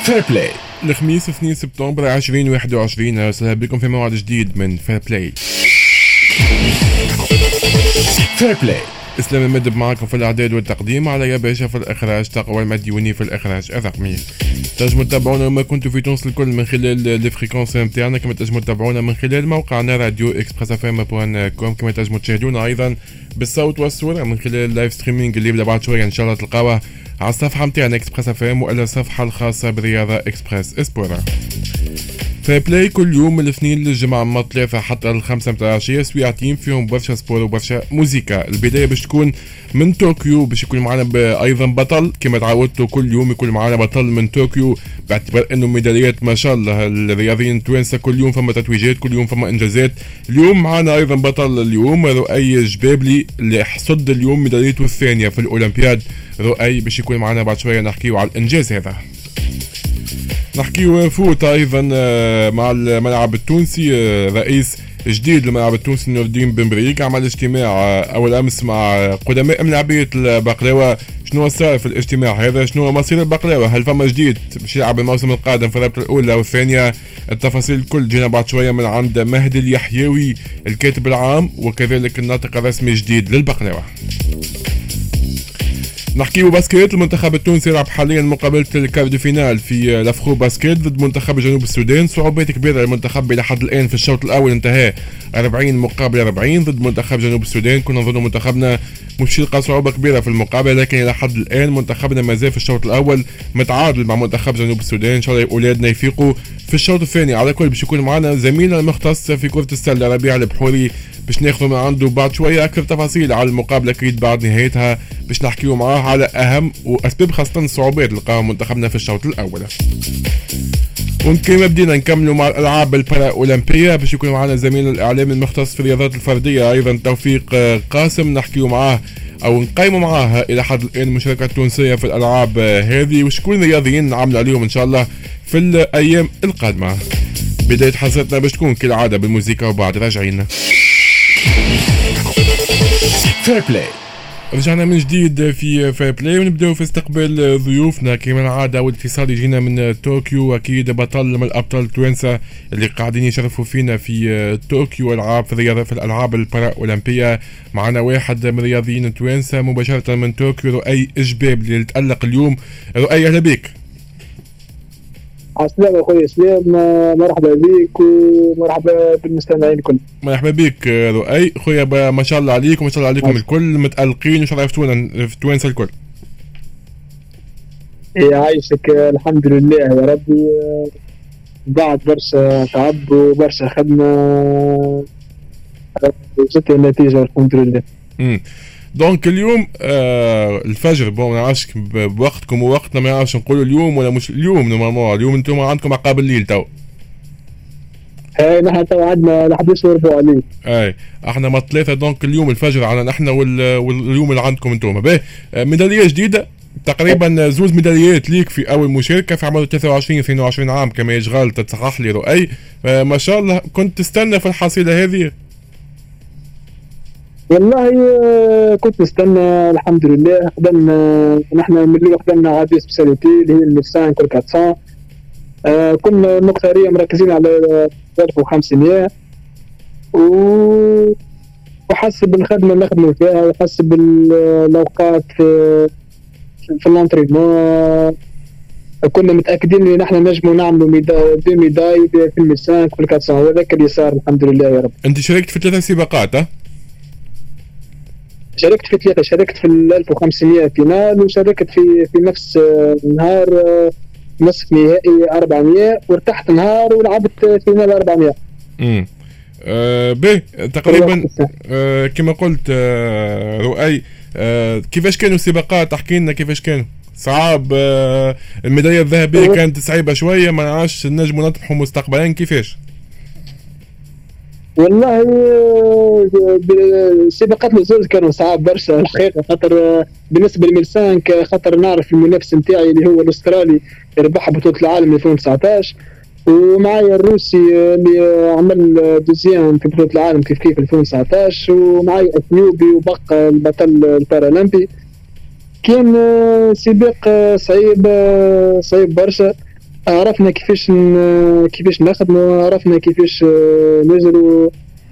فير بلاي الخميس 2 سبتمبر 2021. اهلا بكم في موعد جديد من فير بلاي. فير بلاي اسلام المدب معكم في الاعداد والتقديم، على يا باشا في الاخراج، تقوى المديوني في الاخراج الرقمي. تنجموا تتابعونا وما كنتوا في تونس الكل من خلال لي فريكونس نتاعنا، كما تنجموا تتابعونا من خلال موقعنا راديو اكسبريس اف ام بوان كوم، كما تنجموا تشاهدونا ايضا بالصوت والصوره من خلال اللايف ستريمينغ اللي يبدا بعد شويه ان شاء الله تلقاوه على الصفحه نتاعنا اكسبريس اف ام ولا الصفحه الخاصه برياضه اكسبريس اسبورا. في بلاي كل يوم من الاثنين للجمعة من 3 حتى الخمسة متاع العشية، سويعتين فيهم برشا سبور وبرشا موسيقى. البداية باش تكون من طوكيو، باش يكون معنا ايضا بطل كما تعودتوا كل يوم يكون معنا بطل من طوكيو، باعتبار انه ميداليات ما شاء الله الرياضيين التوانسة كل يوم فما تتويجات، كل يوم فما انجازات. اليوم معنا ايضا بطل اليوم رؤي جبابلي اللي حصد اليوم ميداليته الثانية في الاولمبياد. رؤي باش يكون معنا بعد شوية نحكيو على الانجاز هذا. نحكيو فوت ايضا مع الملعب التونسي. رئيس جديد للملعب التونسي نور الدين بن بريك عمل اجتماع اول امس مع قدماء ملاعبيه البقلاوه. شنو صار في الاجتماع هذا؟ شنو مصير البقلاوه؟ هل فما جديد باش يلعب الموسم القادم في الرابطه الاولى والثانيه؟ التفاصيل الكل جينا بعد شويه من عند مهدي اليحيوي الكاتب العام وكذلك الناطق الرسمي الجديد للبقلاوه. نحكيو باسكيت. المنتخب التونسي يلعب حاليا مقابلة الكارد فينال في لافخو باسكيت ضد منتخب جنوب السودان. صعوبات كبيرة للمنتخب إلى حد الآن في الشوط الأول، انتهى 40 مقابل 40 ضد منتخب جنوب السودان. كنا نظن منتخبنا مش يلقى صعوبة كبيرة في المقابلة، لكن إلى حد الآن منتخبنا ما زال في الشوط الأول متعادل مع منتخب جنوب السودان. إن شاء الله أولادنا يفيقوا في الشوط الثاني. على كل باش يكون معنا زميلنا المختص في كرة السلة ربيع البحوري باش ناخذ من عنده بعد شويه اكثر تفاصيل على المقابله اكيد بعد نهايتها، باش نحكيو معاه على اهم واسباب خاصه الصعوبات اللي لقاها منتخبنا في الشوط الاول. وكما بدينا نكملوا مع الالعاب البارا اولمبيه باش يكون معنا زميلنا الاعلامي المختص في الرياضات الفرديه ايضا توفيق قاسم، نحكيو معاه او نقيموا معاه الى حد الان المشاركه التونسيه في الالعاب هذه وشكون الرياضيين نعملوا عليهم ان شاء الله في الايام القادمه. بدايه حصتنا باش تكون كالعاده بالموسيقى وبعد راجعين. فير بلاي رجعنا من جديد في فير بلاي ونبداو في استقبال ضيوفنا كما العاده. والاتصال يجينا من طوكيو، اكيد بطل من الابطال التوانسه اللي قاعدين يشرفوا فينا في طوكيو العاب في الرياضه في الالعاب البارا اولمبيه. معنا واحد من الرياضيين التوانسه مباشره من طوكيو، رؤي جباب اللي تألق اليوم. رؤي اهلا بك. السلام اخوي اسلام، مرحبا بك ومرحبا بالمستمعين الكل. مرحبا بك رؤي خويا، ما شاء الله عليك وما شاء الله عليكم الكل متألقين وان شاء الله يفتونا في توانسه الكل. يعيشك الحمد لله يا ربي، بعد برشا تعب وبرشا خدمه وصلت النتيجه الحمد لله. دونك اليوم الفجر ما نعرفش بوقتكم ووقتنا، ما نعرفش نقولوا اليوم ولا مش اليوم. نورمالمون اليوم انتم عندكم عقاب الليل تو. نحن تو عندنا لحداش وربع الليل. احنا ما 3 دونك اليوم الفجر على نحن واليوم اللي عندكم انتم. باهي ميداليه جديده تقريبا زوز ميداليات ليك في اول مشاركه في عمر 23 22 عام كما يشغل تتصحح لي رؤي. ما شاء الله كنت تستنى في الحصيله هذه؟ والله كنت نستنى الحمد لله. خدمنا نحن من اللي خدمنا عادي سبيساليتي اللي هي الميرسان كل 400. كنا مقترية مركزين على 1500 وحسب الخدمة اللي نخدموا فيها وحسب الأوقات في الانترينمون كنا متأكدين ان نحن نجموا نعملوا ميداي في الميرسان كل 400 وذاك اللي صار الحمد لله يا رب. انت شاركت في 3 سباقات؟ شاركت في 3، شاركت في 1500 فينال وشاركت في نفس النهار نصف نهائي 400 وارتحت نهار ولعبت فينال 400. به تقريبا كما قلت رؤي. كيفاش كانوا السباقات؟ احكي لنا كيفاش كانوا. صعب؟ الميداليه الذهبيه كانت صعيبه شويه، ما نعرفش نجموا نطمحوا مستقبلا كيفاش؟ والله السباقات الزوز كانوا صعب برشا الحقيقه، خاطر بالنسبه للميرسان خاطر نعرف المنافس نتاعي اللي هو الاسترالي ربح بطوله العالم 2019 ومعايا الروسي اللي عمل دوزيام في بطوله العالم كيف 2019 ومعايا اثيوبي وبقى البطل البارالمبي. كان سباق صعيب برشا عرفنا كيفاش نخدموا، عرفنا كيفاش نجروا.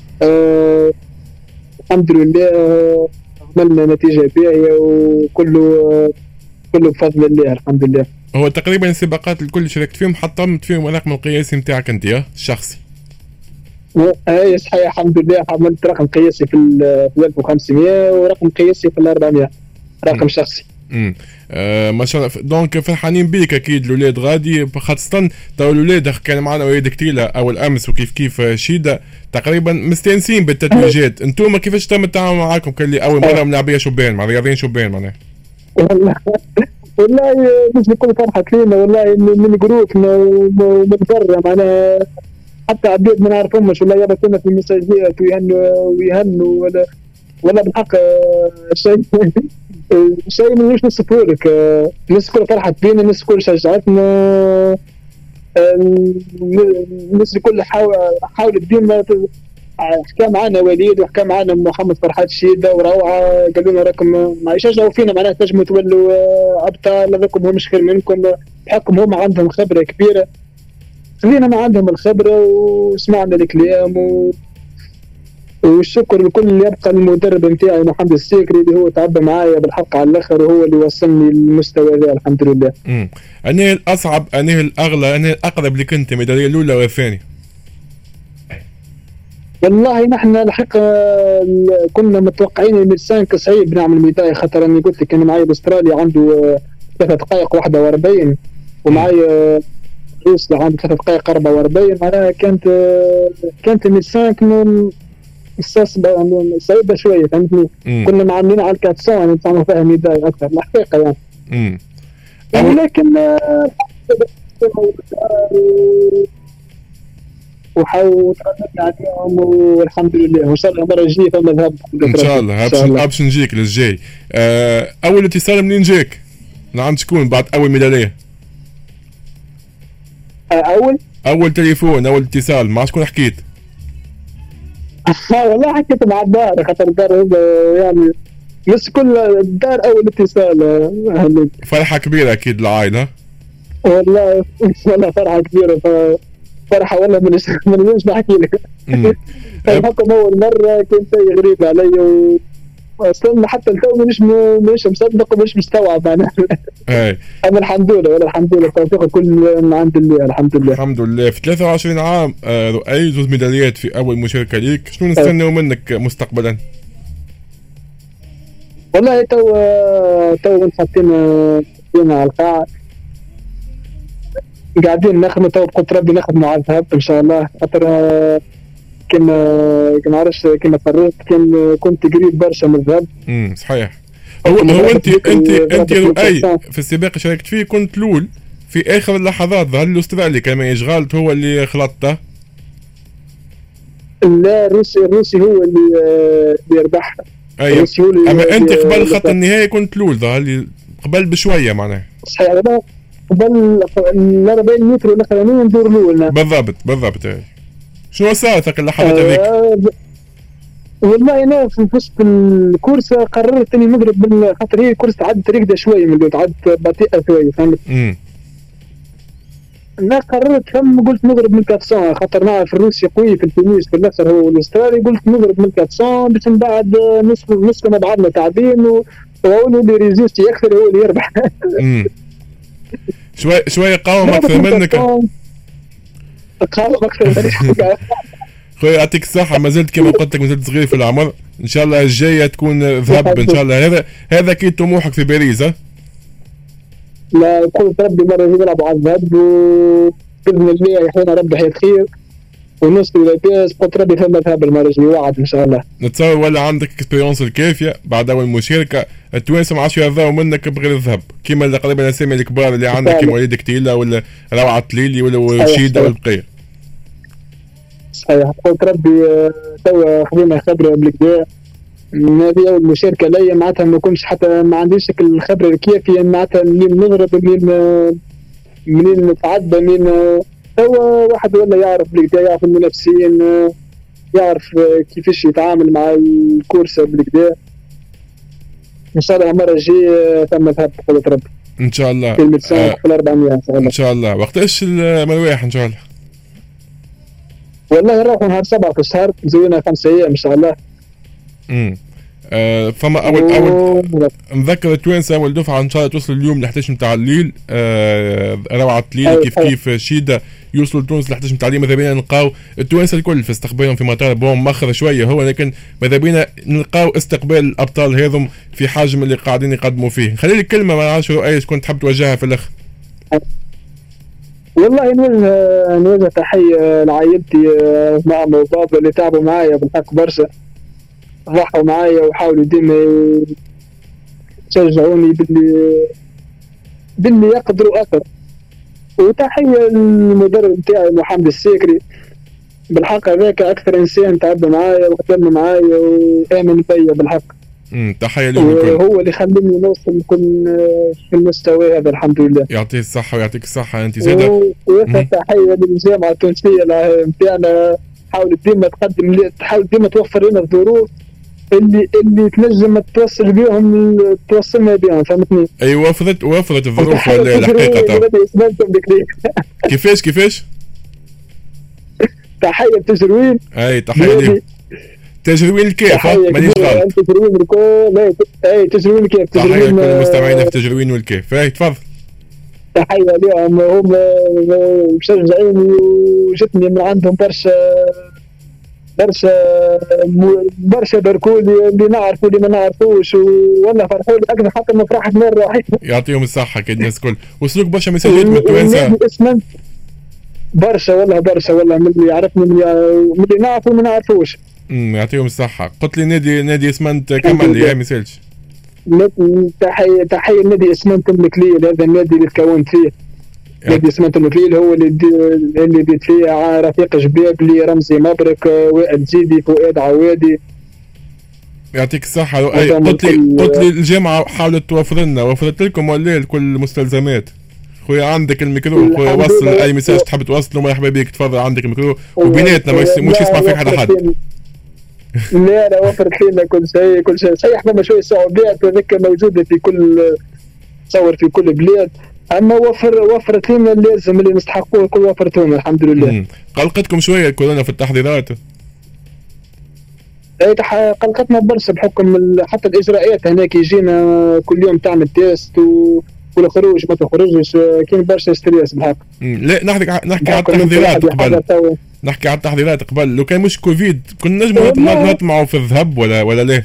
الحمد لله عملنا نتيجة باهية وكله بفضل الله الحمد لله. هو تقريبا السباقات الكل شاركت فيهم حطمت فيهم الرقم القياسي نتاعك انت الشخصي؟ اي صحيح الحمد لله، عملت رقم قياسي في 1500 ورقم قياسي في 400 رقم شخصي. ما شاء الله. دونك فرحانين بيك اكيد الاولاد غادي، خاصه تو الاولاد كان معنا وليد كتيله اول امس وكيف شيده تقريبا مستانسين بالتتويجات. انتم كيفاش تم التعامل معاكم؟ كان لي اول مره ملاعبيه شبان مع رياضيين شبان معناها. والله مش بكل فرحة لينا والله من جروب ومن برا معناها، حتى عبيد ما نعرفهمش والله يبعثونا في المساجات ويهنوا ولا بالحق شيء مش نصفه لك. الناس الكل فرحت بينا، الناس الكل شجعتنا، الناس الكل حاولت ديما. حكى معنا وليد وحكى معنا محمد فرحات الشيده وروعه، قالوا لنا راكم ما يشجعوا فينا معناها تنجموا تولوا ابطال، هذاكم هم مش خير منكم بحكم هم عندهم خبره كبيره. خلينا ما عندهم الخبره وسمعنا الكلام والشكر لكل اللي يبقى المدرب نتاعي محمد السيكري اللي هو تعب معايا بالحق على الاخر وهو اللي وصلني للمستوى هذا الحمد لله. أنا الاصعب أنا الاغلى أنا الاقرب لك انت ميداليه الاولى ولا الثانيه؟ والله نحن الحقيقه كنا متوقعين ان السانك صعيب نعمل ميداليه، خاطر اني قلت لك انا معي باستراليا عنده 3 دقائق 41 ومعي روسيا عنده 3 دقائق 44 معناها كانت السانك صعيبه شويه فهمتني. كنا معاملين على الكاتسون نتعامل فيها ميداليه اكثر الحقيقه يعني لكن وحاولت عليهم والحمد لله، وان شاء الله المره الجايه فما ذهب ان شاء الله. باش نجيك للجاي. اول اتصال منين جاك؟ لعند شكون بعد اول ميداليه؟ اول تليفون اول اتصال مع شكون حكيت؟ والله حكيت مع الدار، خاطر الدار يعني بس كل الدار اول اتصال. فرحه كبيره اكيد العائله. والله فرحه كبيره، فرحه والله مش بحكي لك. الحكم اول مره كان شيء غريب علي اصلا حتى التو مش مصدق ومش مستوعب معناها. اما الحمد لله والله الحمد لله التوفيق كل من عند الله الحمد لله. الحمد لله. في 23 عام رؤي 2 ميداليات في اول مشاركه ليك، شنو نستناو منك مستقبلا؟ والله تو حاطين على القاع قاعدين نخدموا تو بقدر ربي نخدموا على الذهب ان شاء الله، خاطر كما نعرفش كما قررت كنت قريب برشا من الذهب. صحيح. هو انت رؤي في السباق اللي شاركت فيه كنت الاول في اخر اللحظات، ظهر الاسترالي كما يشغلت هو اللي خلطته. لا الروسي هو اللي يربح. ايوه اما انت قبل خط النهايه كنت الاول، ظهر لي قبل بشويه معناها. صحيح قبل ال 40 متر الاخرانيين ندور الاول. بالضبط. شنو صارت اللحظات هذيك؟ والله انا في وسط الكورس قررت اني نضرب خاطر هي الكورس تعدت ركده شويه من تعدت بطيئه شويه فهمت. انا قررت قلت نضرب من 400 خاطر نعرف الروسي قوي في التمييز في الاخر هو الاسترالي، قلت نضرب من 400 باش من بعد نصف ما بعدنا تعبين وهو اللي ريزيستي اكثر هو اللي يربح. شويه قاوم اكثر منك. قاوم اكثر منك. خويا يعطيك الصحة، ما زلت كما قلت لك ما زلت صغير في العمر، ان شاء الله الجاية تكون ذهب ان شاء الله. هذا اكيد طموحك في باريس. لا قلت ربي مرة نلعب على الذهب وباذن الله يحيينا ربي حياة خير ونوصلوا للكاس، قلت ربي فما ذهب المرة الجاية وعد ان شاء الله. نتصور ولا عندك اكسبيريونس الكافية بعد اول مشاركة، التوانسة ما عادش يرضاو منك بغير الذهب كيما تقريبا الاسامي الكبار اللي عندك كيما وليد كتيلة ولا روعة تليلي ولا شيدة والبقية. صحيح قلت ربي توا خذينا خبره بالكدا، هذه اول مشاركه ليا معناتها ما كنتش حتى ما عنديش الخبره الكافيه معناتها منين نضرب منين نتعدى منين توا واحد ولا يعرف بالكدا، يعرف المنافسين يعرف كيفاش يتعامل مع الكورسه بالكدا. ان شاء الله المره الجايه ثم ذهب قلت ربي. ان شاء الله في الميرسان في 400 ان شاء الله. ان شاء الله. وقتاش المرواح ان شاء الله؟ والله نروحوا نهار 7 في الشهر، زوينا 5 ايام ان شاء الله. فما اول نذكر التوانسه اول دفعه ان شاء الله توصل اليوم ل 11 نتاع الليل. روعه الليل كيف شيده يوصلوا لتونس ل 11 نتاع الليل. ماذا بينا نلقاو التوانسه الكل في استقبالهم في مطار بون مخر شويه هو، لكن ماذا بينا نلقاو استقبال الابطال هذم في حجم اللي قاعدين يقدموا فيه. خلي لي كلمه ما نعرفش اي كنت تحب توجهها في الاخر. والله نوجه تحيه لعائلتي ماما وبابا اللي تعبوا معايا بالحق برشا، ضحوا معايا وحاولوا ديما يشجعوني باللي يقدروا اكثر. وتحيه للمدرب نتاعي محمد السيكري، بالحق هذاك اكثر انسان تعب معايا وخدم معايا وامن بيا بالحق. تحيه له هو اللي خلاني نوصل في المستوى هذا الحمد لله. يعطيه الصحه ويعطيك الصحه انت زاده. تحيه للجامعه التونسيه نتاعنا، تحاول ديما توفر لنا الظروف اللي تنجم توصل بيهم توصلنا بيهم، فهمتني؟ اي وفرت الظروف ولا الحقيقه؟ كيفاش تحيه لتجروين. اي تحيه ليه تجروين الكيف مانيش غلط. تجروين الكل. اي تجروين الكيف. تحيه لكل مستمعينا في تجروين والكيف. اي تفضل. تحيه لهم، هم مشجعيني وجتني من عندهم برشا باركولي اللي نعرفوا اللي ما نعرفوش، والله فرحوا لي اكثر حتى من فرحت مره. يعطيهم الصحه كي الناس الكل. وصلوك برشا مساجات من التوانسه؟ برشا والله من اللي يعرفني من اللي نعرفه وما نعرفوش. يعطيهم الصحه. قلت لي نادي اسمنت كمل لي ما يسالش. تحيه النادي اسمنت المكليل، هذا النادي اللي تكونت فيه. نادي اسمنت المكليل هو اللي ديت فيه رفيق جبابلي، رمزي مبرك، وائل زيدي، فؤاد عوادي. يعطيك الصحه. قلت لي الجامعه حاولت وفرت لكم ولا كل المستلزمات؟ خويا عندك الميكرو، خويا وصل اي مساج تحب توصله مرحبا بك، تفضل عندك الميكرو وبيناتنا مش يسمع فيك حد. لا وفرت لنا كل شيء صحيح، فما شويه صعوبات هذيك موجوده في كل تصور في كل بلاد، اما وفرت لنا اللازم اللي نستحقوه كل وفرتهم الحمد لله. قلقتكم شويه كورونا في التحضيرات؟ اي قلقتنا برشا بحكم حتى الاجراءات هناك، يجينا كل يوم تعمل تيست والخروج ما تخرجش، كاين برشا ستريس بالحق. لا نحكي على التحضيرات قبل. نحكي على التحضيرات قبل. لو كان مش كوفيد كنا نجموا نطمعوا في الذهب ولا لا؟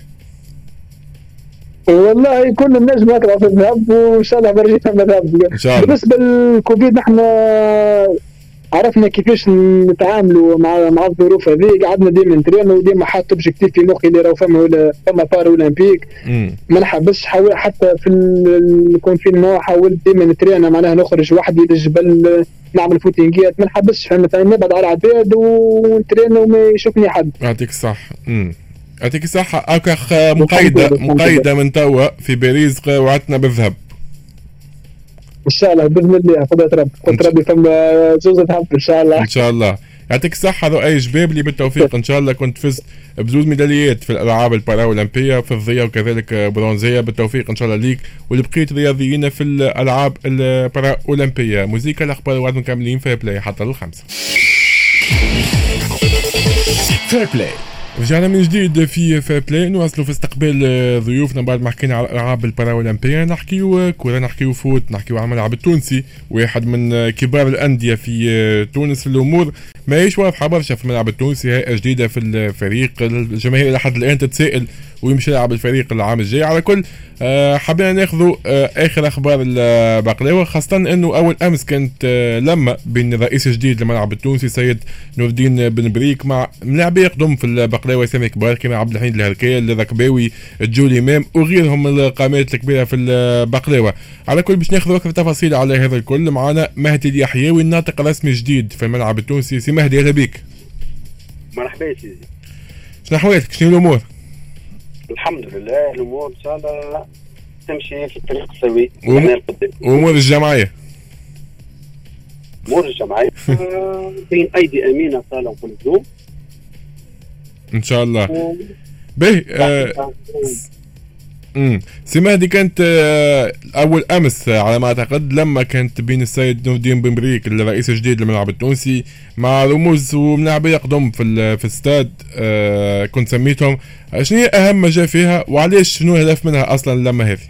والله كنا نجم نطلع في الذهب وان شاء الله برجينا الذهب. بالنسبه للكوفيد نحن عرفنا كيفاش نتعاملوا مع الظروف هذه، قعدنا ديما نترينوا وديما حاط اوبجيكتيف في مخي اللي راهو فما بار اولمبيك. ما نحبش حتى في الكونفينمون حاولت ديما نترينا، معناها نخرج وحدي للجبل نعمل فوتينجيات، ما نحبش فهمت نبعد على العباد ونترينا وما يشوفني حد. يعطيك الصح. يعطيك الصحة. أكخ مقيدة من توا في باريس وعدتنا بالذهب ان شاء الله باذن الله. قدرة ربي فما زوز ذهب ان شاء الله. ان شاء الله. يعطيك الصحة رؤي جبابلي بالتوفيق ان شاء الله. كنت فزت بزوز ميداليات في الالعاب الباراولمبية فضية وكذلك برونزية، بالتوفيق ان شاء الله ليك ولبقية رياضيين في الالعاب الباراولمبية. موسيقى الاخبار وعد مكملين في بلاي حتى 5. فير بلاي. رجعنا من جديد في فير بلاي، نواصلوا في استقبال ضيوفنا بعد ما حكينا على الالعاب الباراولمبيه. نحكيو كوره، نحكيو فوت، نحكيو على الملعب التونسي، واحد من كبار الانديه في تونس. الامور ماهيش واضحه برشا في الملعب التونسي، هيئه جديده في الفريق، الجماهير لحد الان تتسائل ويمشي يلعب الفريق العام الجاي. على كل حبينا ناخذوا اخر اخبار البقلاوه، خاصه انه اول امس كانت لما بين رئيس جديد للملعب التونسي سيد نور الدين بن بريك مع لاعبين يقدم في البقلاوه اسامي كبار كما عبد الحميد الهركيل، الركباوي، الجولي امام وغيرهم القامات الكبيره في البقلاوه. على كل باش ناخذوا اكثر تفاصيل على هذا الكل معنا مهدي اليحيوي الناطق الرسمي الجديد في الملعب التونسي. سي مهدي اهلا بك. مرحبا يا سيدي. شنو احوالك؟ شنو الامور؟ الحمد لله الامور ان شاء الله تمشي في الطريق السوي. امور الجمعيه بين ايدي امينه صالح كل يوم ان شاء الله. باهي سي مهدي، كانت اول امس على ما اعتقد لما كانت بين السيد نور الدين بن بريك الرئيس الجديد للملعب التونسي مع رموز وملاعبيه قدم في الاستاد، كنت سميتهم. شنو هي اهم ما جاء فيها وعليش، شنو الهدف منها اصلا لما هذه؟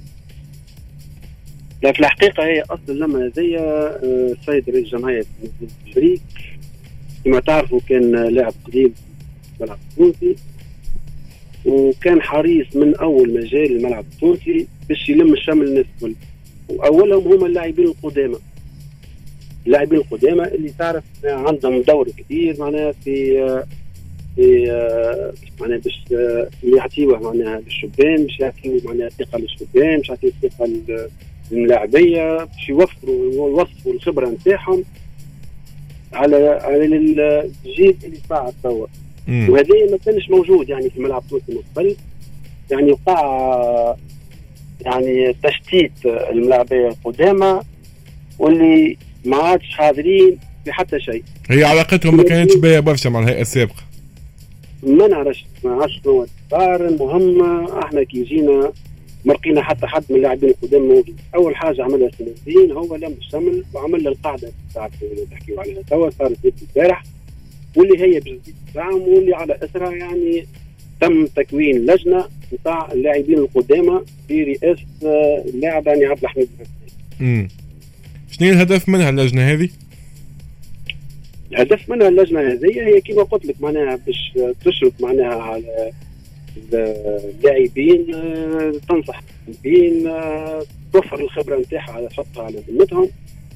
لا في الحقيقه هي اصلا لما هذيا السيد رئيس جمعيه بن بريك كما تعرفوا كان لاعب قديم في الملعب التونسي، وكان حريص من اول ما جاء الملعب التونسي باش يلم الشمل الناس الكل، واولهم هما اللاعبين القدامى. اللاعبين القدامى اللي تعرف عندهم دور كبير معناها في معناها باش يعطيوه معناها للشبان، باش يعطيوه معناها ثقه للشبان، باش يعطيوه ثقه للملاعبيه، باش يوصفوا الخبره نتاعهم على الجيل اللي صاعد توا. وهذا ما كانش موجود يعني في الملعب التونسي من قبل، يعني وقع يعني تشتيت الملاعبيه القدامى واللي ما عادش حاضرين في حتى شيء. هي علاقتهم ما كانتش باهيه برشا مع الهيئه السابقه. ما نعرفش شنو صار. المهم احنا كي جينا مرقينا حتى حد من اللاعبين القدام موجود. اول حاجه عملها سنتين هو لم الشمل وعمل القاعده اللي تحكيوا عليها توا، صارت البارح، واللي هي بجديد الدعم، واللي على اثرها يعني تم تكوين لجنه نتاع اللاعبين القدامى برئاسه اللاعب يعني عبد الحميد. شنو الهدف منها اللجنه هذه؟ الهدف منها اللجنه هذه هي كما قلت لك معناها باش تشرف معناها على اللاعبين، تنصح اللاعبين، توفر الخبره نتاعها على شطها على ذمتهم،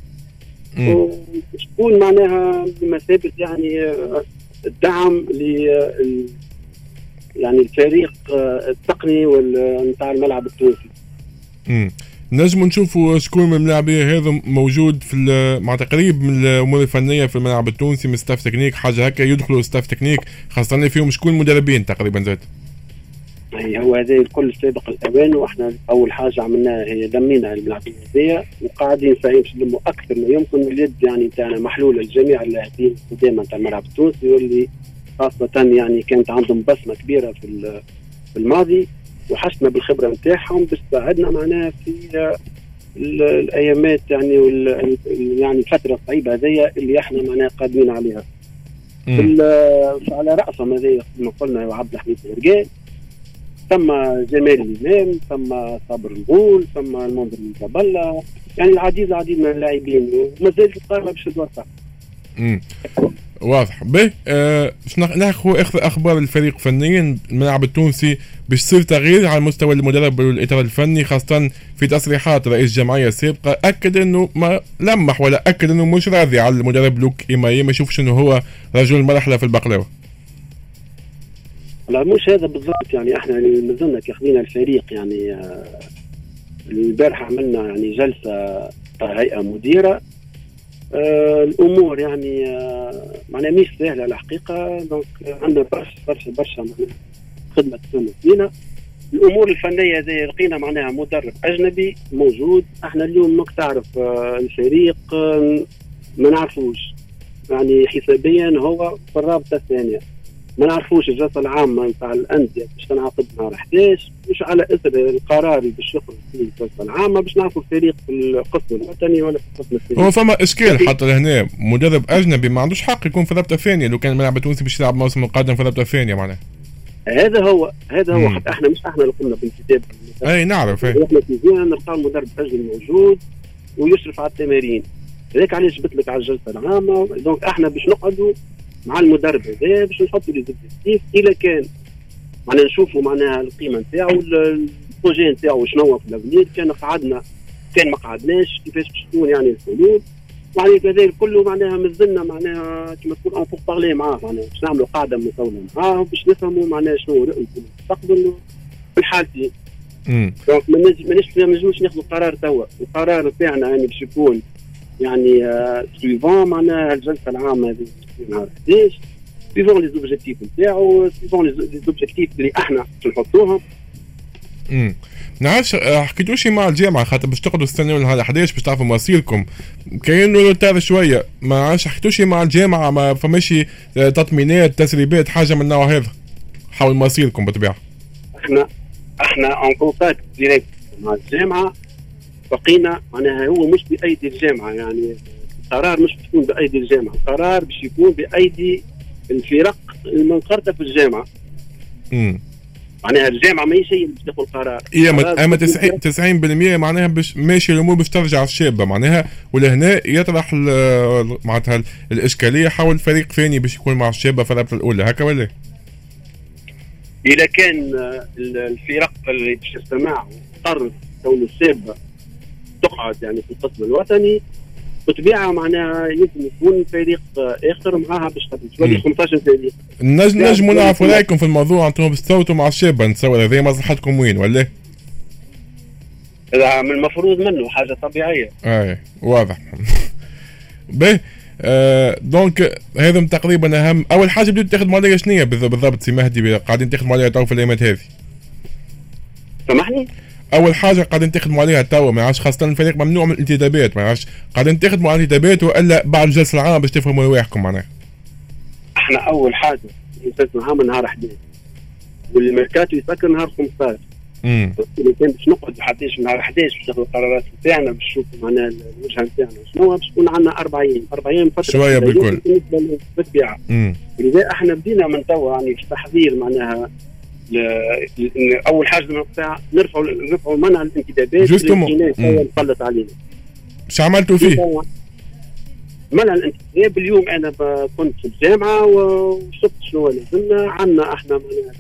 وتكون معناها بمثابه يعني الدعم ل يعني الفريق التقني نتاع الملعب التونسي. نجم نشوفوا شكون من اللاعبيه هذا موجود في مع تقريب من الامور الفنيه في الملعب التونسي، من ستاف تكنيك حاجه هكا يدخلوا ستاف تكنيك، خاصه فيهم شكون مدربين تقريبا زاد؟ هو هذا الكل سابق الاوان، واحنا اول حاجه عملناها هي لمينا الملاعبين هذيا، وقاعدين ساعين باش نلموا اكثر ما يمكن. اليد يعني تاعنا محلوله لجميع اللاعبين القدامى تاع الملعب التونسي، واللي خاصه يعني كانت عندهم بصمه كبيره في الماضي، وحسنا بالخبره نتاعهم باش تساعدنا معناها في الايامات يعني يعني الفتره الصعيبه هذيا اللي احنا معناها قادمين عليها. على راسهم هذايا كما قلنا عبد الحميد الرقال، ثم جمال الامام، ثم صابر الغول، ثم المنذر من جبله، يعني العديد من اللاعبين، وما زالت القائمه باش تتوسع. واضح. به ناخذ اخبار الفريق فنيا الملعب التونسي باش يصير تغيير على مستوى المدرب والاطار الفني، خاصه في تصريحات رئيس جمعيه سابقه اكد انه ما لمح ولا اكد انه مش راضي على المدرب لوك إيماي، ما يشوفش انه هو رجل المرحله في البقلاوه. لا مش هذا بالضبط، يعني احنا ما زلنا كاخذين الفريق يعني البارحه عملنا يعني جلسه هيئه مديره، الامور يعني معناها مش سهله الحقيقه، دونك عندنا برشا خدمه تسمى فينا. الامور الفنيه هذه لقينا معناها مدرب اجنبي موجود. احنا اليوم ماك تعرف الفريق ما نعرفوش يعني حسابيا هو في الرابطه الثانيه، ما نعرفوش الجلسه العامه نتاع الانديه باش تنعقد نهار 11، مش على اثر القرار باش يخرج في الجلسه العامه باش نعرفوا الفريق في القسم الوطني ولا في القسم الثاني. هو فما اشكال حتى لهنا، مدرب اجنبي ما عندوش حق يكون في الرابطه الثانيه لو كان الملعب التونسي باش يلعب الموسم القادم في الرابطه الثانيه معناها. هذا هو حتى احنا مش احنا اللي قمنا بالكتاب. اي نعرف. احنا كيفينا نلقاو مدرب اجنبي موجود ويشرف على التمارين، هذاك علاش جبت لك على الجلسه العامه. دونك احنا باش نقعدوا مع المدرب هذا باش نحطوا لي زوبجيكتيف، اذا كان معناها نشوفوا معناها القيمه نتاعو، البروجي نتاعو شنو في الافنير، كان قعدنا كان ما قعدناش، كيفاش باش تكون يعني الحلول، يعني كذلك كله معناها مازلنا معناها كما تقول ان بور بارلي معاه، معناها باش نعملوا قاعده مطوله معاه باش نفهموا معناها شنو رؤيته في المستقبل في الحالتين. دونك ما نجموش ناخذوا قرار توا، القرار تاعنا يعني باش يكون يعني سويفون معناها الجلسه العامه هذه نهار 11 سيفون لي زوبجيكتيف نتاعو، سيفون لي زوبجيكتيف اللي احنا باش نحطوهم. نعرفش حكيتوش مع الجامعه خاطر باش تقعدوا تستناو لهذا 11 باش تعرفوا مصيركم، كاين روتار شويه، ما عادش حكيتوش مع الجامعه، ما فماش تطمينات تسريبات حاجه من النوع هذا حول مصيركم بالطبيعه؟ احنا اون كونتاكت ديريكت مع الجامعه، بقينا معناها هو مش بايدي الجامعه، يعني القرار مش بيكون بايدي الجامعه، القرار باش يكون بايدي الفرق المنخرطه في الجامعه. معناها الجامعه ماهيش هي اللي باش تاخذ القرار. اما 90% معناها باش ماشي الامور باش ترجع الشابه معناها، ولهنا يطرح معناتها الاشكاليه حول فريق ثاني باش يكون مع الشابه في الرابطه الاولى، هكا ولا؟ اذا كان الفرق اللي باش تستمع قررت كون الشابه تقعد يعني في القسم الوطني، بطبيعه معناها يمكن يكون فريق اخر معاها باش تولي 15 فريق. نجموا نعرفوا رايكم في الموضوع، انتم باش تصوتوا مع الشابه، نتصور هذه مصلحتكم وين ولا؟ هذا من المفروض منه حاجه طبيعيه. اي واضح. به دونك هذا تقريبا اهم. اول حاجه بديتوا تخدموا عليها شنو هي بالضبط سي مهدي قاعدين تخدموا عليها تو في الايامات هذه؟ سامحني؟ اول حاجه قاعدين تخدموا عليها توا، ما عادش خاصه الفريق ممنوع من الانتدابات، ما عادش قاعدين تخدموا على الانتدابات والا بعد الجلسه العامه باش تفهموا رواحكم معناها؟ احنا اول حاجه الجلسه العامه نهار 11 والميركاتو يسكر نهار 15. اذا كان باش نقعد حتى نهار 11 باش ناخذ القرارات نتاعنا باش نشوفوا معناها الوجهه نتاعنا شنو، باش تكون عندنا 40 فتره شويه بالكل بالطبيعه. لذا احنا بدينا من توا يعني في تحضير معناها اول حاجه نرفعوا منع الانتدابات اللي نسلط علينا. ايش عملتوا فيه؟ منع الانتداب. اليوم انا كنت في الجامعه وشفت شنو لازمنا، عندنا احنا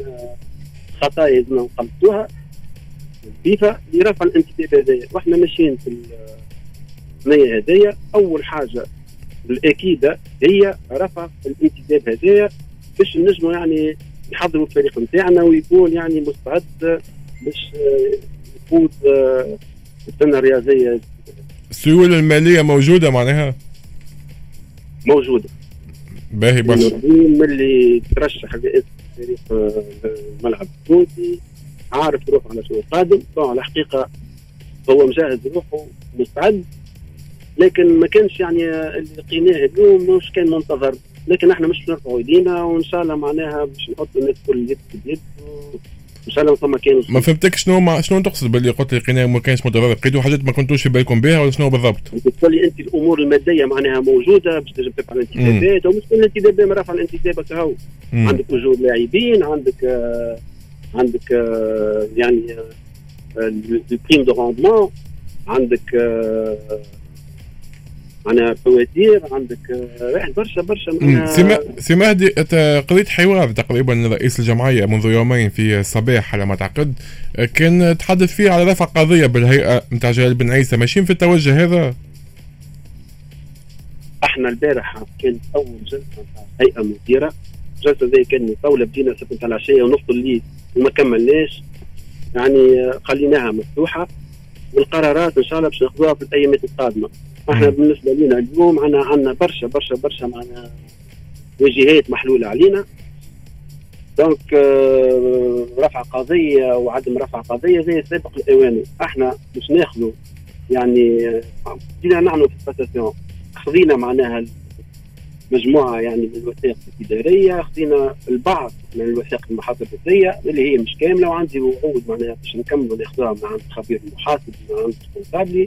خطايا لازمنا نقلدوها الفيفا لرفع الانتداب هذايا، واحنا ماشيين في الثنيه هذايا. اول حاجه الاكيده هي رفع الانتداب هذايا باش نجموا يعني يحضروا الفريق نتاعنا ويكون يعني مستعد باش يفوز السنه الرياضيه. السيوله الماليه موجوده معناها؟ موجوده. باهي برشا. من اللي ترشح لاسم فريق الملعب التونسي عارف يروح على شنو قادم، على الحقيقه هو مجهز روحه مستعد، لكن ما كانش يعني اللي لقيناه اليوم مش كان منتظر، لكن احنا مش نرفعوا ايدينا وان شاء الله معناها باش نحطوا الناس كل يد بيد وان شاء الله ثم كانوا. ما فهمتك شنو تقصد باللي قلت لقيناه ما كانش منتظر؟ لقيتوا حاجات ما كنتوش في بالكم بها ولا شنو بالضبط؟ تقول لي انت الامور الماديه معناها موجوده باش تنجم ترفع الانتدابات، ومش كل الانتدابات ما رفع الانتدابات هو. عندك وجود لاعبين، عندك يعني البريم دو روندمون، عندك معناها فواتير، عندك برشا سي مهدي قضيت حوار تقريبا رئيس الجمعيه منذ يومين في الصباح على ما اعتقد، كان تحدث فيه على رفع قضيه بالهيئه نتاع جلال بن عيسى، ماشيين في التوجه هذا؟ احنا البارحه كانت اول جلسه نتاع هيئه مديره، الجلسه زي كان مطوله، بدينا 6 نتاع العشيه ونص الليل وما كملناش، يعني خليناها مفتوحه، والقرارات ان شاء الله باش ناخذوها في الايامات القادمه. احنا بالنسبه لنا اليوم عندنا برشا معنا واجهات محلوله علينا، دونك رفع قضيه وعدم رفع قضيه زي سابق الاوان. احنا باش ناخذوا يعني بدينا نعملوا في الباساسيون، خذينا معناها مجموعه يعني من الوثائق الاداريه، خذينا البعض من الوثائق المحاسبيه اللي هي مش كامله، وعندي وعود معناها باش نكملوا ناخذوها من عند خبير المحاسب من عند الكونتابلي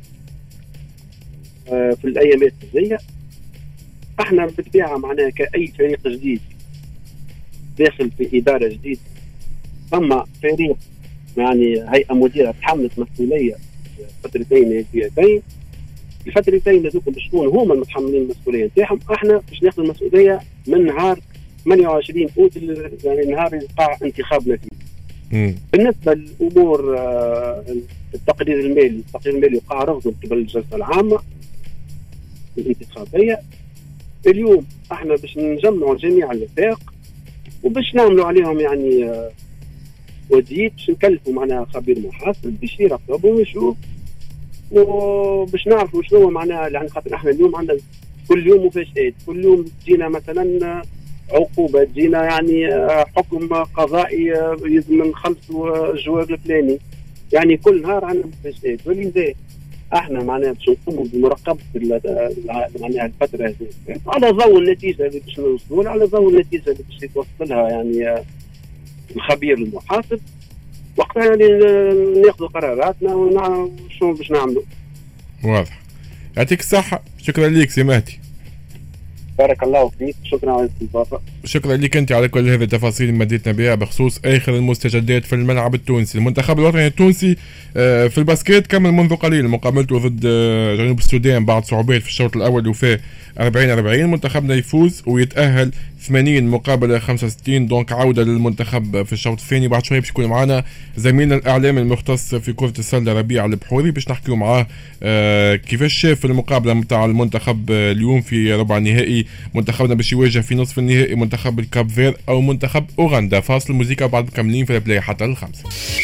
في الايامات الجايه. احنا بالطبيعه معناها كاي فريق جديد داخل في اداره جديده، اما فريق يعني هيئه مديره تحملت مسؤوليه فترتين هذيتين، الفترتين هذوك باش يكونوا هما المتحملين المسؤوليه نتاعهم. احنا باش ناخذ المسؤوليه من نهار 28 اوت يعني نهار يقع انتخابنا فيه. بالنسبه للامور التقرير المالي وقع رفضه قبل الجلسه العامه الانتخابيه. اليوم احنا باش نجمعوا جميع الوثائق وباش نعملوا عليهم يعني وديت، باش نكلفوا معناها خبير محاسب باش يراقب ويشوف، وباش نعرفوا شنو معناها، لان خاطر احنا اليوم عندنا كل يوم مفاجآت، كل يوم تجينا مثلا عقوبه، تجينا يعني حكم قضائي لازم نخلصوا الجواب الفلاني، يعني كل نهار عندنا مفاجآت. ولذا احنا معناها باش نقوموا بمراقبه معناها الفتره هذه على ضوء النتيجه اللي باش نوصلوا، على ضوء النتيجه اللي باش يتوصلها يعني الخبير المحاسب. وقت يعني ناخذ قراراتنا شنو باش نعملوا. واضح. يعطيك الصحة. شكرا ليك سي مهدي. بارك الله فيك. شكرا على الاستضافة. شكرا لك انت على كل هذه التفاصيل اللي مديتنا بها بخصوص اخر المستجدات في الملعب التونسي. المنتخب الوطني التونسي في الباسكيت كمل منذ قليل مقابلته ضد جنوب السودان بعد صعوبات في الشوط الاول وفاء 40-40. منتخبنا يفوز ويتاهل 80 مقابل 65. دونك عوده للمنتخب في الشوط الثاني. بعد شويه باش يكون معنا زميلنا الاعلامي المختص في كره السله ربيع البحوري باش نحكيو معاه كيفاش شاف المقابله نتاع المنتخب اليوم في ربع النهائي. منتخبنا باش يواجه في نصف النهائي منتخب الكاب فير او منتخب اوغندا. فاصل الموسيقى بعد مكملين في البلاي حتى الخمسة.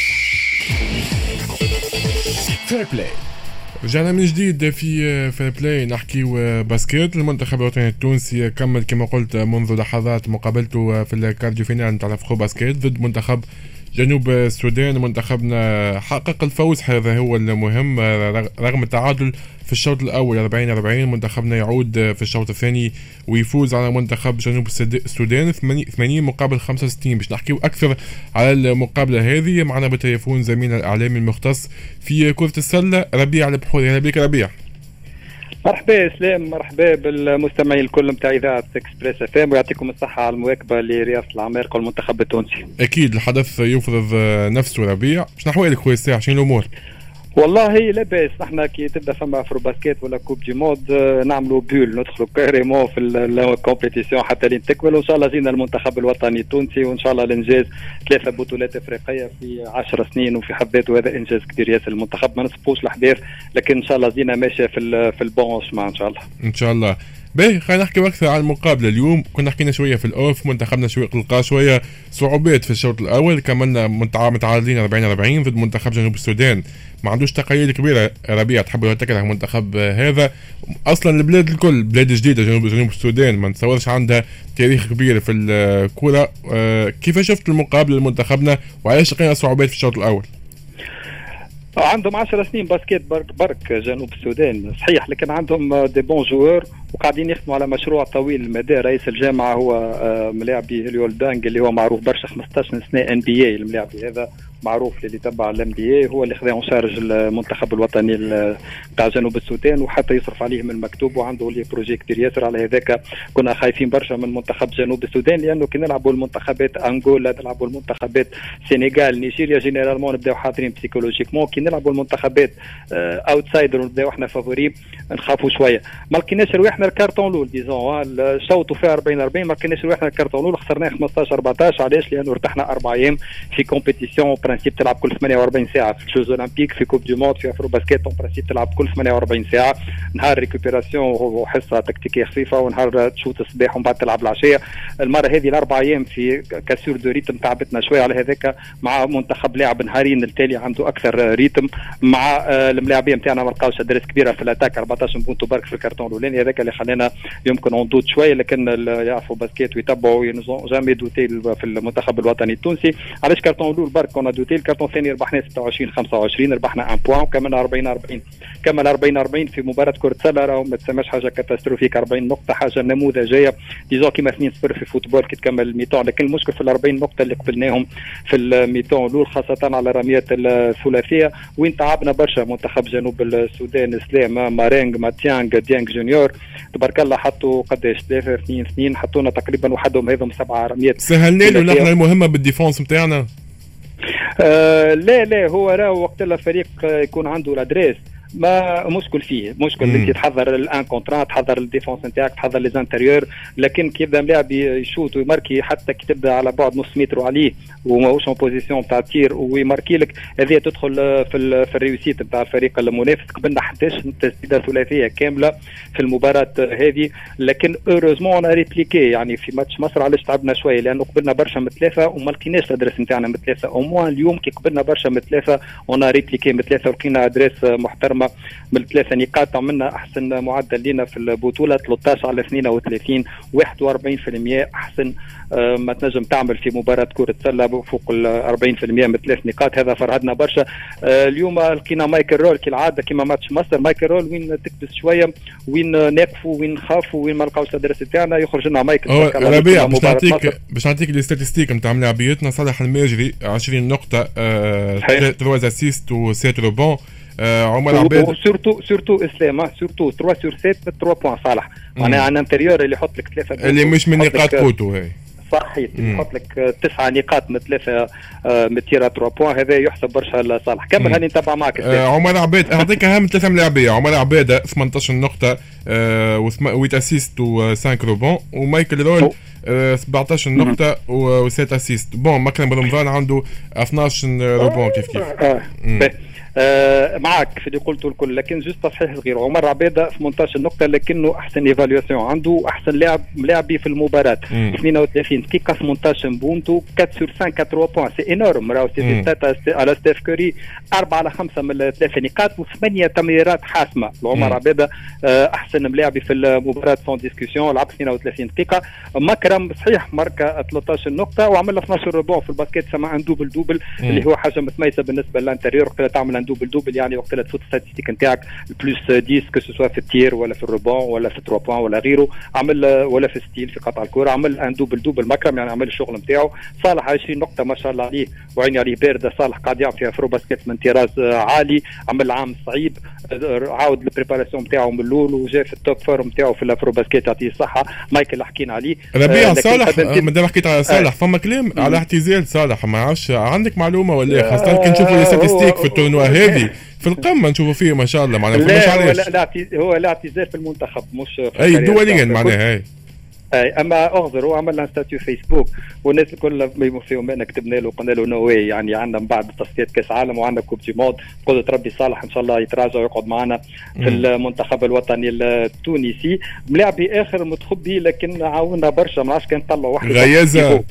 فير بلاي. رجعنا من جديد في فير بلاي نحكيو باسكيت. المنتخب الوطني التونسي كمل كما قلت منذ لحظات مقابلته في الكارديو فينال نتاع الافرو باسكيت ضد منتخب جنوب السودان. منتخبنا حقق الفوز، هذا هو المهم رغم التعادل في الشوط الأول 40-40. منتخبنا يعود في الشوط الثاني ويفوز على منتخب جنوب السودان 80 مقابل 65. باش نحكيو أكثر على المقابلة هذه معنا بالتليفون زميلنا الإعلامي المختص في كرة السلة ربيع البحوري. أهلا بك ربيع. مرحبا اسلام، مرحبا بالمستمعين الكل نتاع اذاعه اكسبريس اف ام ويعطيكم الصحه على المواكبه لرئاسه العمالقه والمنتخب التونسي. اكيد الحدث يفرض نفسه ربيع. شنو احوالك خويا الساعه؟ شنو الامور؟ والله لا باس. نحن كي تبدا فما افرو باسكيت ولا كوب دي مود نعملوا بول ندخلوا كاريمون في الكومبيتيسيون حتى لين تكمل. وان شاء الله زينا المنتخب الوطني التونسي وان شاء الله الانجاز 3 بطولات افريقيه في 10 سنين وفي حد ذاته هذا انجاز كبير ياسر المنتخب. ما نسبقوش الاحداث لكن ان شاء الله زينا ماشيه في البون شمع ان شاء الله. ان شاء الله. باهي خلينا نحكي اكثر عن المقابله اليوم. كنا حكينا شويه في الاوف. منتخبنا لقى شويه صعوبات في الشوط الاول. كملنا متعادلين 40-40 ضد منتخب جنوب السودان. ما عندوش تقييد كبيره ربيع تحب تكره المنتخب هذا. اصلا البلاد الكل بلاد جديده جنوب السودان ما نتصورش عندها تاريخ كبير في الكره. كيف شفت المقابله لمنتخبنا وعلاش لقينا صعوبات في الشوط الاول؟ عندهم 10 سنين باسكيت برك جنوب السودان صحيح، لكن عندهم دي بون جوور وقاعدين يخدموا على مشروع طويل المدى. رئيس الجامعه هو ملاعبي هليول دانج اللي هو معروف برشا 15 سنه ان بي اي. الملاعبي هذا معروف اللي تبع الام بي اي، هو اللي خذا شارج المنتخب الوطني تاع جنوب السودان وحتى يصرف عليهم المكتوب وعنده لي بروجي كتير ياسر. على هذاك كنا خايفين برشا من منتخب جنوب السودان لانه كي نلعبوا المنتخبات انغولا نلعبوا المنتخبات سينيغال نيجيريا جينيرالمون نبداو حاضرين بسيكولوجيكمون. كي نلعبوا المنتخبات اوتسايدر ونبداو احنا فافوري نخافوا شويه. ما لقيناش رواحنا الكارتون لول ديزون الشوط فيه 40-40 ما لقيناش رواحنا الكارتون لول خسرناه 15-14. علاش؟ لانه ارتحنا 4 ايام في كومبيتيسيون برانسيب تلعب كل 48 ساعه في الجوز اولمبيك في كوب دي مود في افرو باسكيت برانسيب تلعب كل 48 ساعه. نهار ريكوبيراسيون وحصه تكتيكيه خفيفه ونهار تشوت الصباح ومن بعد تلعب العشيه. المره هذه ال4 ايام في كاسور دو ريتم تعبتنا شويه. على هذاك مع منتخب لاعب نهارين التالي عنده اكثر ريتم مع الملاعبين نتاعنا ما لقاوش ادريس كبيره في الاتاك 14 بونتو برك في الكرتون الاولاني. هذاك اللي خلينا يمكن نضوط شويه، لكن يعرفوا باسكيت ويتبعوا جامي دوتي في المنتخب الوطني التونسي. علاش كرتون الاول برك كنا دوتي الكرتون الثاني ربحنا 26-25 ربحنا 1 بوان وكملنا 40-40. كمل 40-40 في مباراه كره سله راهو ما تسماش حاجه كاتاستروفيك. 40 نقطه حاجه نموذجيه ديزون كيما 2-0 في فوتبول كي تكمل الميتون. لكن المشكل في ال40 نقطه اللي قبلناهم في الميتون الاول خاصه على رميات الثلاثيه وين تعبنا برشا. منتخب جنوب السودان اسلام مارينغ ماتيانغ ديانغ جونيور تبارك الله حطوا قداش 3-2 حطونا تقريبا وحدهم هذم 7 رميات. سهلنا له نحن المهمه بالديفونس نتاعنا. لا هو راهو وقت الفريق يكون عنده الادريس ما مشكل فيه. مشكل انت تحضر الان كونترا تحضر الديفونس نتاعك تحضر لي زانتيريور. لكن كي يبدا ملاعب يشوت ويماركي حتى كي تبدا على بعد نص متر عليه وماهوش اون بوزيسيون تاع تير ويماركي لك هذه تدخل في الريوسيت نتاع الفريق المنافس. قبلنا 11 تسديده ثلاثيه كامله في المباراه هذه. لكن اوروزمون ريبليكي يعني في ماتش مصر علاش تعبنا شويه لانه قبلنا برشا من 3 وما لقيناش الادريس نتاعنا من 3 او موان. اليوم كي قبلنا برشا من 3 ونا ريبليكي من 3 ولقينا ادريس محترم اما من 3 نقاط عملنا احسن معدل لنا في البطوله 13 على 32 41% احسن ما تنجم تعمل في مباراه كره سله فوق ال 40% من 3 نقاط. هذا فرهدنا برشا. اليوم لقينا مايكل رول كالعاده كما ماتش مصر. مايكل رول وين تكبس شويه وين ناقفوا وين نخافوا وين ما لقاوش الادرس تاعنا يخرج لنا مايكل. ربيع باش نعطيك الاستاتستيك نتاع ملاعبيتنا. صالح الماجري 20 نقطه 3 اسيست و 7 روبون. عمر عبيد سورتو اسلام سورتو 3 sur 7 3 بوان. صالح معناها عن انتريور اللي يحط لك 3 اللي مش من نقاط قوته هاي صحيح يحط لك 9 نقاط من 3 من تيرا 3 بوان. هذا يحسب برشا لصالح. كمل هاني نتابع معك. عمر عبيد اعطيك اهم 3 ملاعبيه. عمر عبيده 18 نقطه و8 اسيست و5 روبون. ومايكل رول 17 نقطه و7 اسيست. بون مكرم رمضان عنده 12 روبون كيف معك في اللي قلته الكل. لكن جوست تصحيح صغير. عمر عبيده 18 نقطه لكنه احسن ايفاليوسيون عنده احسن لاعبي في المباراه 32 دقيقه 18 بونتو 4 sur 5 3 بوان. سي انورم. راهو سي ستات على ستيف كوري 4 على 5 من 3 نقاط و8 تمريرات حاسمه. عمر عبيده احسن ملاعبي في المباراه سون ديسكسيون. لعب 32 دقيقه. مكرم صحيح ماركا 13 نقطه وعمل 12 ربون في الباسكيت. سمع ان دوبل اللي هو حاجه متميزه بالنسبه للانتيريور. وقت تعمل دوبل يعني وقت لا تفوت الستاتستيك نتاعك بلوس 10 كو في التير ولا في الربون ولا في 3 بوان ولا غيره. عمل ولا في ستيل في قطع الكره. عمل ان دوبل مكرم يعني عمل الشغل نتاعو. صالح 20 نقطه ما شاء الله عليه وعيني عليه بارده. صالح قاعد يعمل فيها فرو باسكيت من تيراز عالي. عمل عام صعيب. عاود البريباراسيون نتاعو من الاول وجاء في التوب فورم نتاعو في الفرو باسكيت. يعطيه الصحه. مايكل حكينا عليه. ربيع صالح مادام حكيت على صالح فما كلام على اعتزال صالح. ما عرفش عندك معلومه ولا خاصه كي نشوفوا الاستاتستيك في التورنوا هذه في القمه نشوفوا فيه ما شاء الله معناها مش علاش. هو الاعتزال في المنتخب مش اي دوليا معناها هاي. اما اغزر هو عمل له ستاتيو فيسبوك والناس الكل فيهم انا كتبنا له قلنا له نو واي يعني عندنا من بعد تصفيات كاس عالم وعندنا كوب دي مود. قدرة ربي صالح ان شاء الله يتراجع ويقعد معنا في المنتخب الوطني التونسي. ملاعبي اخر متخبي لكن عاونا برشا ما عادش كان طلعوا واحد غيازه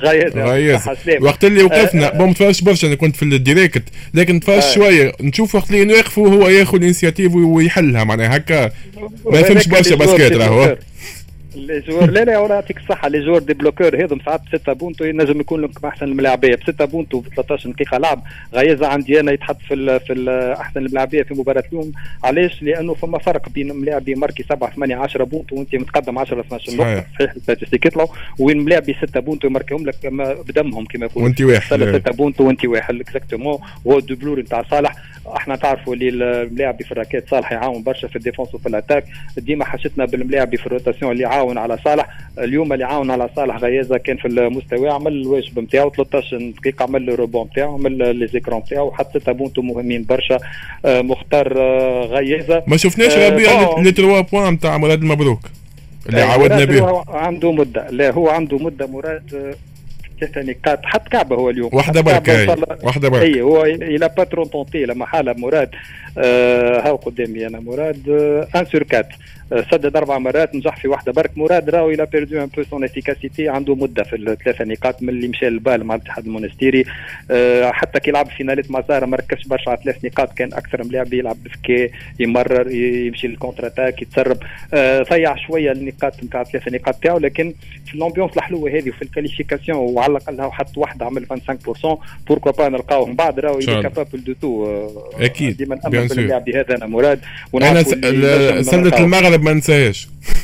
وقت اللي وقفنا ما متفرجش برشا. انا كنت في الديريكت لكن نتفرج شويه نشوف وقت اللي نوقفوا هو ياخذ الانسياتيف ويحلها معناها هكا. ما يفهمش برشا باسكيت راهو لي جوار. لا ولا يعطيك الصحه. لي جوار دي بلوكور هذم ساعات ب 6 بونتو ينجم يكون لكم احسن الملاعبيه ب 6 بونتو ب 13 دقيقه لعب. غيازه عندي انا يتحط في احسن الملاعبيه في مباراه اليوم. علاش؟ لانه فما فرق بين ملاعبي ماركي 7 8 10 بونتو وانت متقدم 10 12 نقطه. صحيح الستاتستيك يطلعوا وين ملاعبي 6 بونتو يماركيهم لك بدمهم كما يقولوا وانت واحد 6 بونتو وانت واحد اكزاكتومون. هو الدبلور نتاع صالح. احنا تعرفوا اللي الملاعبي في الراكات صالح يعاون برشا في الديفونس وفي الاتاك. ديما حشتنا بالملاعبي في الروتاسيون اللي يعاون على صالح. اليوم اللي عاون على صالح غيازه كان في المستوى عمل الواجب نتاعو 13 دقيقه عمل الروبون نتاعو عمل لي زيكرون نتاعو حط 6 بونتو مهمين برشا. مختار غيازه ما شفناش ربيع لي 3 بوان نتاع مراد المبروك اللي عودنا به. عنده مده. لا هو عنده مده مراد 3 نقاط حط كعبه هو اليوم. واحده بركه واحده بركه. اي هو الى باترون طونتي لما حاله مراد. هاو قدامي انا مراد 1 sur 4 سدد 4 مرات نجح في واحده برك. مراد راهو الى بيردو ان بو سون افيكاسيتي. عنده مده في ال3 نقاط من اللي مشى للبال مع الاتحاد المونستيري. حتى كي لعب فينالات مع زهره ما ركزش برشا على 3 نقاط. كان اكثر ملاعب يلعب بفكي يمرر يمشي للكونتر اتاك يتسرب. ضيع شويه النقاط نتاع 3 نقاط تاعو لكن في الامبيونس الحلوه هذه وفي الكاليفيكاسيون وعلى الاقل حط واحده عمل 25% بوركوا با نلقاوه من بعد. راهو كابابل دو تو اكيد ديما نامن باللاعب هذا انا مراد. انا سله المغرب ما ننساهاش.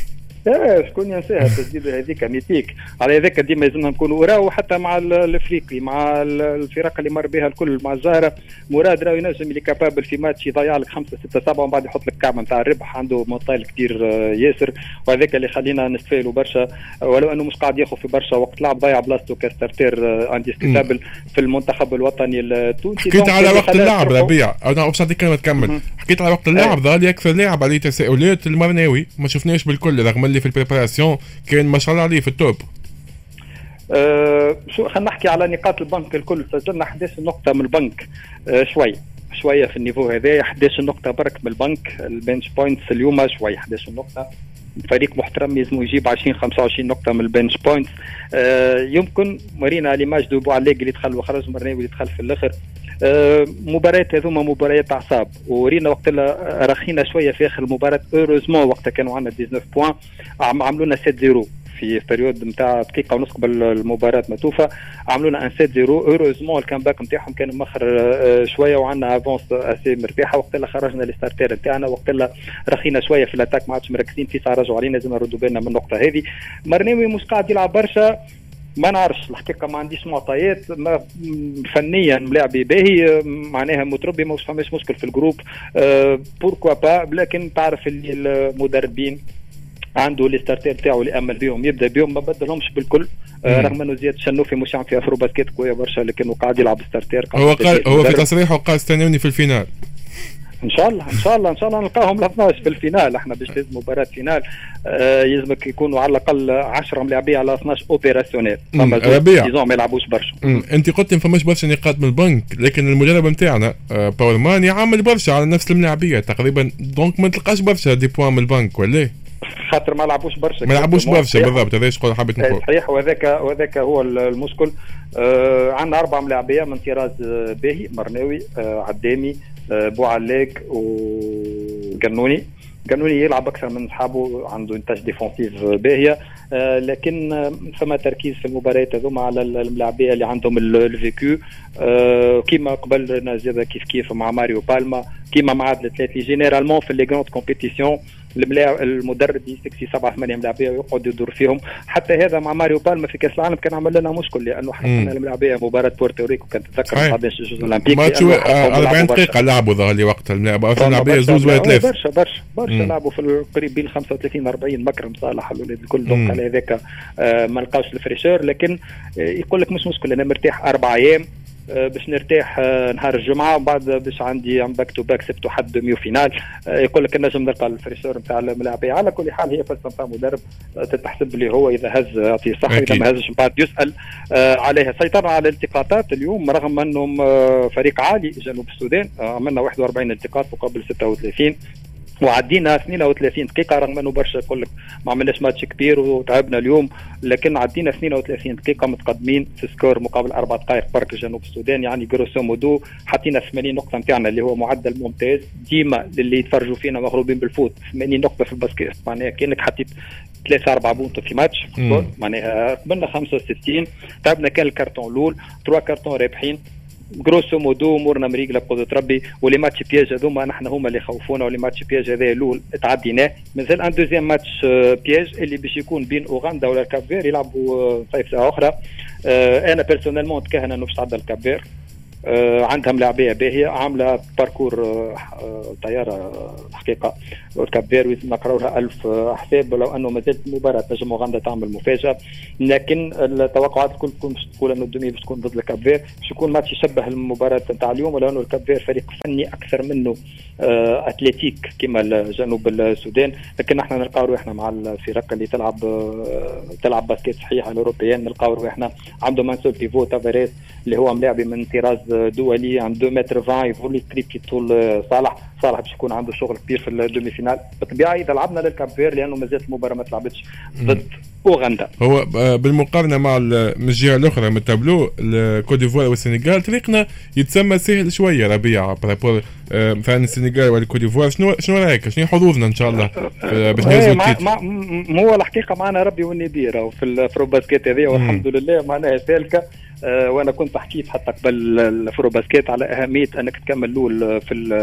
شكون ينساها التسديد هذيك ميتيك. على هذاك ديما لازمنا نكونوا راهو حتى مع الافريقي مع الفرق اللي مر بها الكل مع الزهره. مراد راهو ينجم اللي كابابل في ماتش يضيع لك 5 6 7 ومن بعد يحط لك كعبه نتاع الربح. عنده مطال كبير ياسر وهذاك اللي خلينا نستفيلوا برشا ولو انه مش قاعد ياخذ في برشا وقت لعب. ضيع بلاصتو كاسترتير انديسكوتابل في المنتخب الوطني التونسي. حكيت على وقت اللعب ربيع انا باش نعطيك كلمه تكمل. حكيت على وقت اللعب ظل اكثر لاعب عليه تساؤلات المرناوي ما شفناش بالكل رغم اللي في البريباراسيون كان ما شاء الله عليه في التوب. شو خلينا نحكي على نقاط البنك الكل. سجلنا 11 نقطه من البنك. شويه في النيفو هذا 11 نقطه برك من البنك. البنش بوينتس اليوم شويه 11 نقطه. فريق محترم لازم يجيب 20 25 نقطه من البنش بوينتس. يمكن مرينا ليماج دو بوعليق اللي دخل وخرج مرناوي اللي دخل في الاخر. مباريات هذوما مباريات اعصاب، ورينا وقت رخينا شويه في اخر المباراه. اوروزمون وقتها كانوا عندنا 19 بوان، عملوا لنا 7-0 في بريود نتاع دقيقه ونص قبل المباراه ما توفى، عملوا لنا 7-0. اوروزمون الكامباك نتاعهم كان مخر شويه وعندنا افونس اسي مرتاحه. وقت اللي خرجنا الستارتير نتاعنا، وقت اللي رخينا شويه في الاتاك ما عادش مركزين في، رجعوا علينا، لازم نردوا بالنا من النقطه هذه. مرناوي مش قاعد يلعب برشا، ما نعرفش الحقيقه، ما عنديش معطيات. فنيا ملاعبي باهي، معناها متربي، ما فماش مشكل في الجروب، بوركوا با. لكن تعرف اللي المدربين عنده لي ستارتير تاعو اللي امل بهم يبدا بهم، ما بدلهمش بالكل. رغم انه زياد الشنوفي مش عم في افرو باسكيت قويه برشا، لكنه قاعد يلعب ستارتير. هو في تصريحه قال استنوني في الفينال. ان شاء الله نلقاهم ل 12 في الفينال. احنا باش لازم مباراه فينال، يلزمك يكونوا على الاقل 10 ملاعبين على 12 اوبيراسيونيل. ربيع ما يلعبوش برشا. انت قلت ما فماش برشا نقاط من البنك، لكن المدرب نتاعنا باور مان يعمل برشا على نفس الملاعبيه تقريبا، دونك ما تلقاش برشا دي بوان من البنك ولا؟ خاطر ما لعبوش برشا بالضبط. هذا ايش حبيت نقول. صحيح، وذاك هو المشكل. عندنا 4 ملاعبيه من طراز باهي، مرناوي، عدامي، بوعلاك وقنوني. يلعب اكثر من اصحابه، عنده انتاج ديفونسيف باهيه، لكن فما تركيز في المباريات هذوما على الملاعبيه اللي عندهم الفيكو، كيما قبل زاد كيف مع ماريو بالما، كيما مع عدل ثلاثي. جينيرالمون في لي جراند كومبيتيسيون المدرب يسكسي 7-8 ملاعبيه ويقعد يدور فيهم. حتى هذا مع ماريو بالما في كاس العالم كان عمل لنا مشكل، لانه حطينا الملاعبيه مباراه بورتوريكو، كنت تتذكر بعدين الجوز الاولمبيك 40 دقيقه لعبوا ظهر لي وقت الملاعبيه زوز ولا ثلاث برشا لعبوا في القريب بين 35-40. مكرم صالح الكل دونك على هذاك ما لقاوش الفريشور. لكن يقول لك مش مشكل، انا مرتاح 4 ايام باش نرتاح نهار الجمعه، وبعد باش عندي باك تو باك سبت وحد دميو فينال. يقول لك النجم نلقى الفريشور نتاع الملاعبيه. على كل حال هي فلسفه مدرب تتحسب لي، هو اذا هز يعطيه صح، اذا ما هزش بعد يسال عليها. سيطرنا على الالتقاطات اليوم رغم انهم فريق عالي جنوب السودان، عملنا 41 التقاط مقابل 36 وعدينا 32 دقيقة، رغم انه برشا يقول لك ما عملناش ماتش كبير وتعبنا اليوم، لكن عدينا 32 دقيقة متقدمين في سكور مقابل 4 دقائق برك جنوب السودان. يعني جروسو مودو حطينا 80 نقطة نتاعنا اللي هو معدل ممتاز. ديما اللي يتفرجوا فينا مغروبين بالفوت، 80 نقطة في الباسكت معناها كأنك حطيت 3-4 بونت في ماتش معناها. قبلنا 65 تعبنا، كان الكارتون الاول 3 كارتون رابحين. جروسو مودو امورنا مريقله بقدره ربي. ولي ماتش بياج هذوما نحن هما اللي خوفونا، ولي ماتش بياج هذا الاول تعديناه. مازال ان دوزيام ماتش بياج اللي باش يكون بين اوغندا ولا الكابفير، يلعبوا صيف ساعه اخرى. انا بيرسونيلمون نتكهن انه باش تعدى الكابفير، عندها ملاعبيه باهيه، عامله باركور طياره الحقيقه. الكابفير لازم نقراو لها 1000 حساب، لو انه مازالت المباراه تنجم اوغندا تعمل مفاجاه. لكن التوقعات الكل باش تقول انه الدنيا باش تكون ضد الكابفير، باش يكون ماتش يشبه المباراه نتاع اليوم، ولو انه الكابفير فريق فني اكثر منه اتليتيك كما جنوب السودان. لكن احنا نلقاو روحنا مع الفرق اللي تلعب باسكيت صحيح الاوروبيين، نلقاو روحنا عندهم منسول بيفو تافاريس اللي هو ملاعبي من طراز دولي، عند 2 متر 20 يفولي كريبي طول صالح باش يكون عنده شغل كبير في الدومي فينال. بالطبيعه اذا لعبنا للكابفير، لانه مازالت المباراه ما تلعبتش ضد اوغندا. هو بالمقارنه مع من الجهه الاخرى من التابلو الكوت ديفوار والسنغال طريقنا يتسمى سهل شويه ربيع بارابور مثلا السنغال والكوت ديفوار. شنو رايك؟ شنو حظوظنا ان شاء الله باش نهزوا التيتر؟ هو الحقيقه معنا ربي والنبي في الفرو باسكيت هذه، والحمد لله معناها سالكه. وانا كنت حكيت حتى قبل الفرو باسكيت على اهميه انك تكمل الاول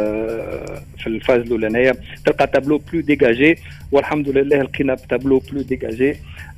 في الفاز الاولانيه، تلقى تابلو بلو ديجاجي، والحمد لله لقينا تابلو بلو ديجاجي.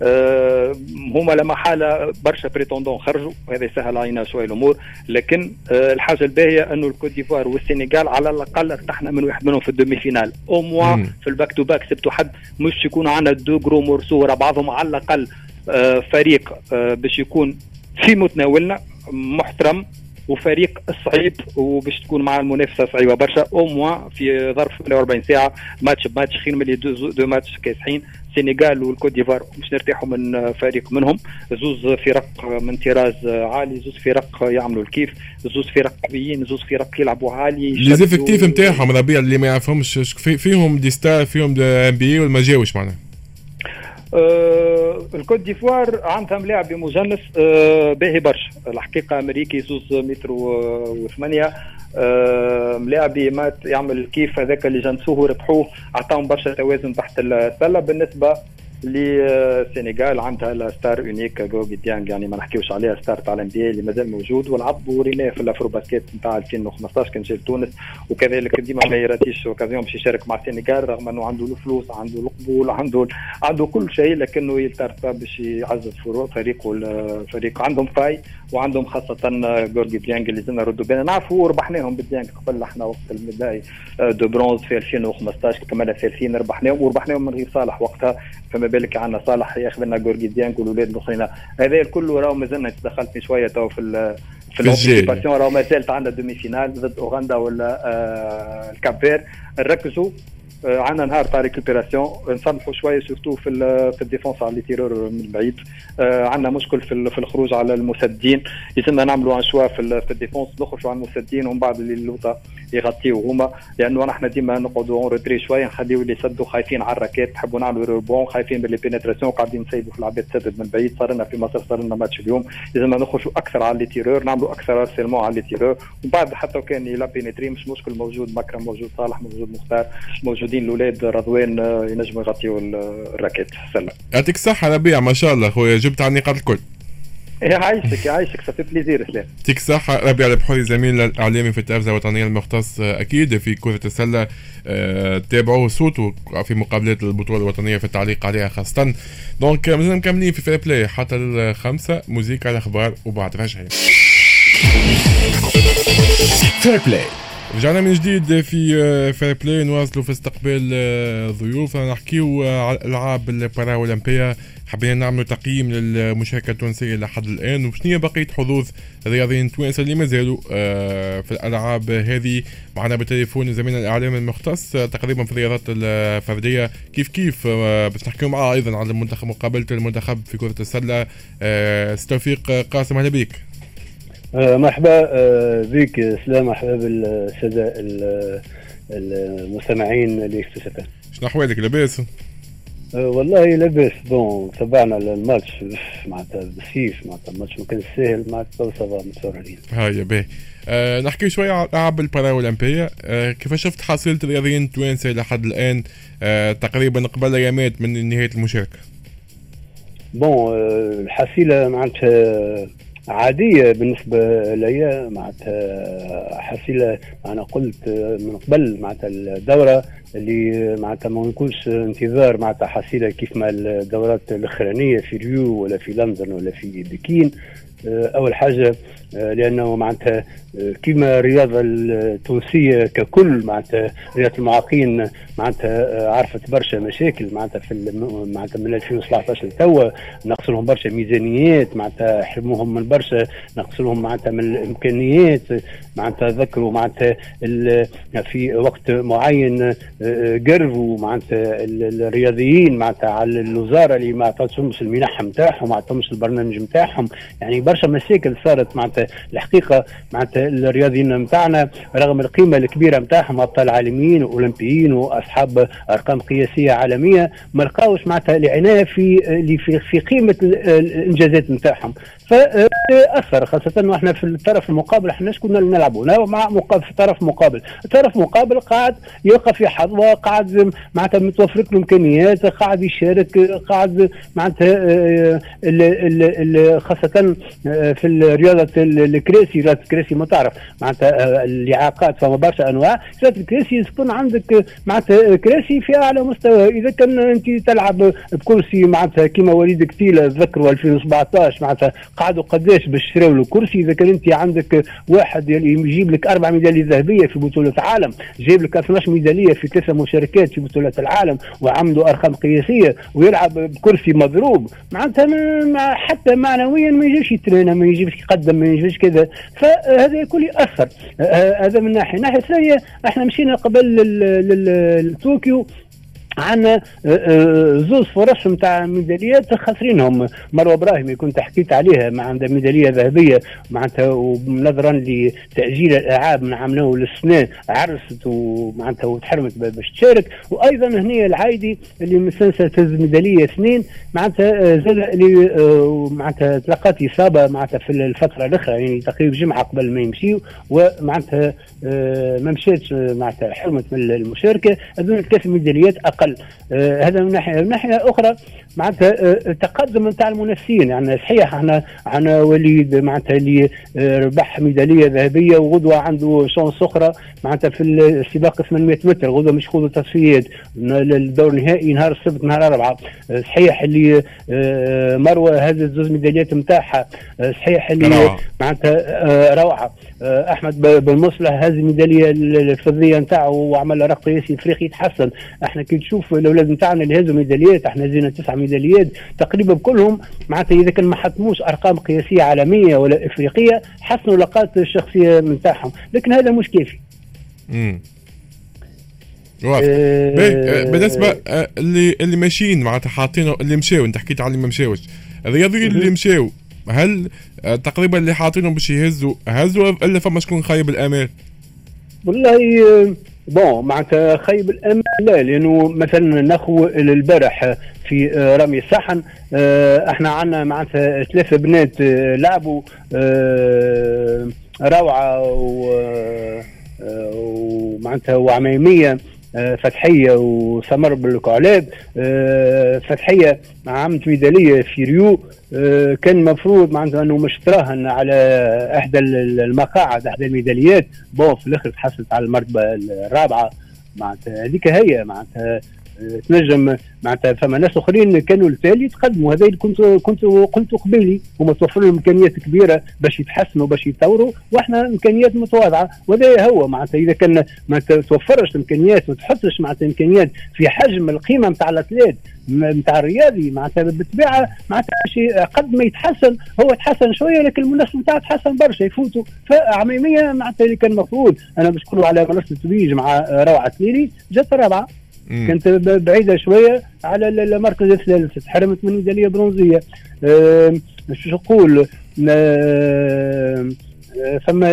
هما لما حاله برشا بريتوندون خرجوا، وهذا سهل علينا شويه الامور. لكن الحاجه الباهيه انه الكوت ديفوار والسنغال على الاقل ارتحنا من واحد منهم في الدومي فينال او موا في الباك تو باك سبتوا حد، مش يكون عندنا دو جرو مورسو ورا بعضهم، على الاقل فريق باش يكون في متناولنا محترم، وفريق صعيب وباش تكون مع المنافسه صعيبه برشا. او موا في ظرف 48 ساعه ماتش بماتش خير من اللي دو ماتش كاسحين. السنغال والكوت ديفوار مش نرتاحوا من فريق منهم، زوز فرق من طراز عالي، زوز فرق يعملوا الكيف، زوز فرق قويين، زوز فرق يلعبوا عالي. لي زيفيكتيف نتاعهم ربيع اللي ما يعرفهمش فيهم دي ستار، فيهم دي ام بي ولا ما جاوش معناها؟ الكوت ديفوار عندها ملاعب مجنس باهي برشا الحقيقه، امريكي 2 متر و8 ملاعبي ما يعمل كيف هذاك اللي جنسوه ربحوه، عطاهم برشا توازن تحت السله. بالنسبه للسنغال عندها الستار اونيك جوغي ديانغ، يعني ما نحكيوش عليها ستار تاع الانبياء اللي مازال موجود، ولعبوا ريناه في الافرو باسكيت نتاع 2015 كان جاي لتونس، وكذلك ديما ما يراتيش اوكازيون باش يشارك مع السنغال رغم انه عنده الفلوس، عنده القبول، عنده كل شيء، لكنه يلترطى باش يعزز فريقه. الفريق عندهم فاي وعندهم خاصه جورجي ديانغ اللي زلنا ردوا بينا نعرفوا وربحناهم بالديانغ قبل احنا وقت الميداي دو برونز في 2015 كملنا في 2000 وربحناهم من غير صالح وقتها، فما بالك عندنا صالح ياخذ لنا جورجي ديانغ والاولاد الاخرين. هذا الكل راهو مازلنا تدخلت في شويه تو في الانتيباسيون، راهو ما زالت عندنا دومي فينال ضد اوغندا ولا الكابير. نركزوا عندنا نهار تاع ريكوبيراسيون، نصلحوا شويه سورتو في الديفونس على لي تيرور من بعيد. عندنا مشكل في الخروج على المسدين، يلزمنا نعملوا ان شوا في الديفونس، نخرجوا على المسدين ومن بعد اللي اللوطه يغطيو هما، لانه نحن ديما نقعدوا اون روتري شويه، نخليو اللي يسدوا خايفين على الراكيت، نحبوا نعملوا ريبون، خايفين من لي بينيتراسيون، قاعدين نسيبوا في العباد تسدد من بعيد. صار لنا في مصر صار لنا ماتش اليوم، لازمنا نخرجوا اكثر على لي تيرور، نعملوا اكثر ارسلمون على لي تيرور، ومن بعد حتى كان لا بينيتري مش مشكل، موجود مكرم، موجود صالح، موجود مختار، موجودين الاولاد رضوان ينجموا يغطيوا الراكيت. سلام يعطيك الصحة ربيع، ما شاء الله خويا جبت على النقاط الكل. يعيشك صافي بليزير. سلام يعطيك الصحة ربيع البحوري، زميل الإعلامي في التلفزة الوطنية المختص أكيد في كرة السلة، تابعوا صوته في مقابلات البطولة الوطنية في التعليق عليها خاصة. دونك مازلنا مكملين في فير بلاي حتى 5 موسيقى الأخبار وبعد رجعين فير بلاي. رجعنا من جديد في فير بلاي، نواصلوا في استقبال ضيوف، نحكيو على الألعاب البارالمبية، حبينا نعملوا تقييم للمشاركة التونسية لحد الآن، وشنية بقية حظوظ الرياضيين التوانسة اللي مازالوا في الألعاب هذه. معنا بالتليفون زميلنا الإعلامي المختص تقريبا في الرياضات الفردية كيف باش نحكيو معاه أيضا على المنتخب، مقابلة المنتخب في كرة السلة. توفيق قاسم، أهلا بيك. مرحبا بك سلام، مرحبا بالسادة المستمعين اللي اكتشفوا. شنو أحوالك، لاباس؟ والله لاباس. بون تبعنا الماتش معناتها بسيف، معناتها الماتش ما كان سهل، معناتها صافا متفرجين. هاي باهي. نحكي شوية على الألعاب البارالمبية. كيف شفت حصيلة الرياضيين التوانسة لحد الآن تقريبا قبل أيامات من نهاية المشاركة؟ بون الحصيلة معناتها عادية بالنسبة لي، معناتها حصيلة أنا قلت من قبل معناتها الدورة اللي معناتها ما نكونش انتظار معناتها حصيلة كيف ما الدورات الأخرانية في ريو ولا في لندن ولا في بكين. أول حاجة لأنه معناتها كما الرياضة التونسية ككل معناتها رياضة المعاقين معناتها عرفت برشا مشاكل معناتها معناتها من 2017 لتوا، نقصلهم برشا ميزانيات، معناتها حرموهم من برشا، نقصلهم معناتها من الإمكانيات، معناتها ذكروا معناتها في وقت معين قربوا معناتها الرياضيين معناتها على الوزارة اللي ما عطاتهمش المنح نتاعهم، ما عطاتهمش البرنامج نتاعهم، يعني برشا مشاكل صارت معناتها الحقيقة معناتها الرياضيين نتاعنا رغم القيمة الكبيرة نتاعهم أبطال عالميين وأولمبيين وأصحاب أرقام قياسية عالمية، ما لقاوش معناتها العناية في قيمة الإنجازات نتاعهم، فأثر خاصة وإحنا في الطرف المقابل. إحنا كنا نلعبوا مع في طرف مقابل، الطرف المقابل قاعد يلقى في حظوة، قاعد معناتها متوفر له إمكانيات، قاعد يشارك، قاعد معناتها خاصة في الرياضة الكراسي، رياضة الكراسي ما تعرف معناتها الإعاقات فما برشا أنواع. رياضة الكراسي تكون عندك معناتها كراسي في أعلى مستوى، إذا كان أنت تلعب بكرسي معناتها كيما وليد كتيلة ذكروا 2017 معناتها قعدوا قداش باش يشراو له كرسي. إذا كان أنت عندك واحد يجيب لك 4 ميدالية ذهبية في بطولة العالم، جايب لك 12 ميدالية في 3 مشاركات في بطولة العالم وعملوا أرقام قياسية ويلعب بكرسي مضروب، معناتها حتى معنويا ما يجيش يترينا، ما يجيش يقدم، ما يجيش كذا، فهذا الكل يأثر. هذا من ناحية. الناحية الثانية احنا مشينا قبل لطوكيو عندنا زوز فرص نتاع ميداليات خاسرينهم. مروه ابراهيم كنت حكيت عليها، ما عندها ميداليه ذهبيه معناتها، ونظرا لتاجيل الالعاب من عملوه للسنه عرست ومعناتها وتحرمت باش تشارك. وايضا هنا العايدي اللي مسنسه تهز ميداليه 2 معناتها زاد اللي معناتها تلقات اصابه معناتها في الفتره الاخرى، يعني تقريبا جمعه قبل ما يمشيوا، ومعناتها ما مشاتش معناتها حرمت من المشاركه. اظن 3 ميداليات اقل. هذا من ناحيه. من ناحيه اخرى معناتها التقدم نتاع المنافسين، يعني صحيح احنا عندنا وليد معناتها اللي ربح ميداليه ذهبيه، وغدوه عنده شانس اخرى معناتها في السباق 800 متر، غدوه مش خوضوا تصفيات للدور النهائي نهار السبت نهار 4. صحيح اللي مروه هذه الزوز ميداليات نتاعها، صحيح اللي معناتها روعه. احمد بن مصلح هذه الميداليه الفضيه نتاعو وعمل رقم قياسي افريقي يتحسن. احنا كي تشوف الاولاد نتاعنا اللي هزوا ميداليات، احنا زينا 9 ميداليات تقريبا كلهم معناتها اذا كان ما حطموش ارقام قياسيه عالميه ولا افريقيه حسنوا لقات الشخصيه نتاعهم، لكن هذا مش كافي. بالنسبه اللي ماشيين معناتها حاطينه اللي مشاو، انت حكيت على اللي ما مشاوش، الرياضيين اللي مشاو هل تقريبا اللي حاطينهم باش يهزوا الا فما شكون خايب الامال؟ والله بون معناتها خيب الامل لا، لانه مثلا ناخذ البارح في رمي الصحن احنا عندنا معناتها 3 بنات لعبوا روعه ومعناتها وعميميه، فتحيه وسمر بالكعلاب. فتحيه عملت ميداليه في ريو، كان المفروض معناتها انه مش تراهن على احدى المقاعد احدى الميداليات، بون في الاخر تحصلت على المرتبه الرابعه. معناتها هذيك هي معناتها تنجم معناتها فما ناس اخرين كانوا التالي تقدموا. هذا اللي كنت قلت قبيلي، هما توفروا لهم امكانيات كبيره باش يتحسنوا باش يتطوروا، واحنا امكانيات متواضعه. وهذا هو معناتها اذا كان ما توفرش امكانيات ما تحطش معناتها امكانيات في حجم القيمه نتاع الاثليت نتاع الرياضي، معناتها بالطبيعه معناتها قد ما يتحسن هو يتحسن شويه، لكن المنافس نتاعه تحسن برشا يفوتوا. فعميميه معناتها اللي كان المفروض انا باش نقولوا على منصه التتويج مع روعه تليلي جات الرابعه، كانت بعيده شويه على المركز الثالث، تحرمت من ميداليه برونزيه. شو نقول ثم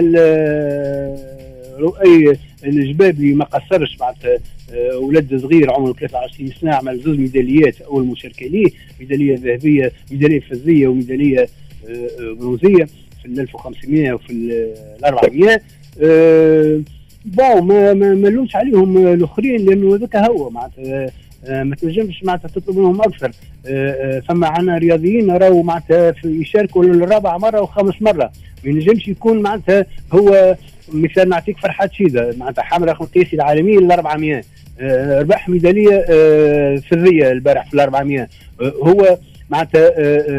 رؤي الجبابي ما قصرش معناتها، ولد صغير عمره 23 سنه عمل 2 ميداليات اول مشاركه ليه، ميداليه ذهبيه ميداليه فضيه وميداليه برونزيه في 1500 وفي 400. بون ما نلومش عليهم الاخرين لانه هذاك هو معناتها ما تنجمش معناتها تطلب منهم اكثر. ثم عنا رياضيين راهو معناتها يشاركوا للرابع مره وخامس مره، ما ينجمش يكون معناتها هو مثال. نعطيك فرحات شيده معناتها حامل رقم قياسي العالمي ل 400، ربح ميداليه فضيه البارح في 400، هو معناتها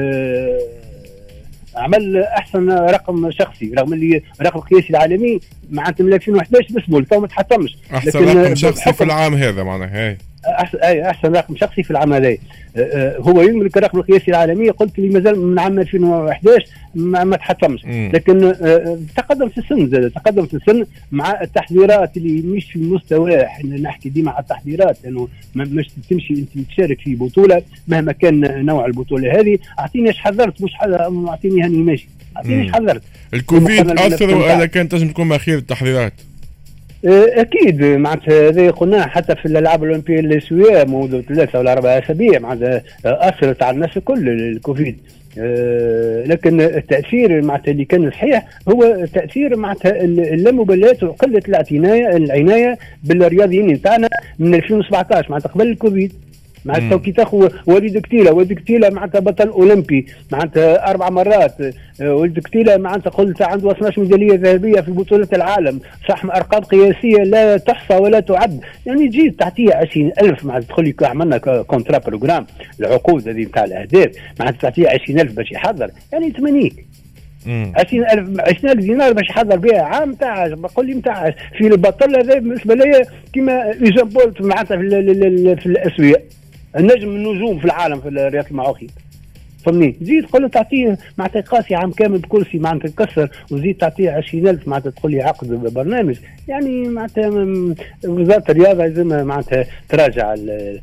عمل احسن رقم شخصي رغم اللي رقم قياسي العالمي معناتها من 2011 باسمه تو ما تحطمش، احسن رقم شخصي في العام هذا معناها احسن رقم شخصي في العام هذا. هو يملك الرقم القياسي العالمي، قلت لي مازال من عام 2011 ما تحطمش، لكن تقدم في السن، زاد تقدم في السن مع التحضيرات اللي مش في مستوى. احنا نحكي ديما على التحضيرات لانه مش تمشي انت تشارك في بطوله مهما كان نوع البطوله هذه. اعطيني ايش حضرت، مش اعطيني هاني ماشي، اعطيني ايش حضرت. الكوفيد اثر ولا كان تنجم تكون ماخير التحضيرات؟ اكيد معناتها هذا قلنا حتى في الالعاب الاولمبيه الاسيويه منذ 3 ولا 4 اسابيع معناتها اثرت على الناس الكل الكوفيد. لكن التاثير معناتها اللي كان صحيح هو تاثير معناتها اللامبالاه وقله العنايه بالرياضيين نتاعنا من 2017 معناتها قبل الكوفيد. معناتها كي تاخذ وليد كتيله معناتها بطل اولمبي معناتها 4 مرات، وليد كتيله معناتها قلت عنده 12 ميداليه ذهبيه في بطوله العالم، صح ارقام قياسيه لا تحصى ولا تعد. يعني تجي تعطيه 20,000 معناتها تدخل لك عملنا كونترا بروجرام العقود هذه نتاع الاهداف معناتها تعطيه 20,000 باش يحضر، يعني تمنيك 20,000 دينار باش يحضر بها عام تاع بقول لي نتاع في البطل هذا بالنسبه لي كيما يوزين بولت معناتها في الاسويه، النجم من النجوم في العالم في رياضه المعوقين. فهمني زيد تقول له تعطيه معناتها قاسي عام كامل بكرسي معناتها تكسر وزيد تعطيه 20,000 معناتها تقول لي عقد برنامج. يعني معناتها وزاره الرياضه لازم معناتها تراجع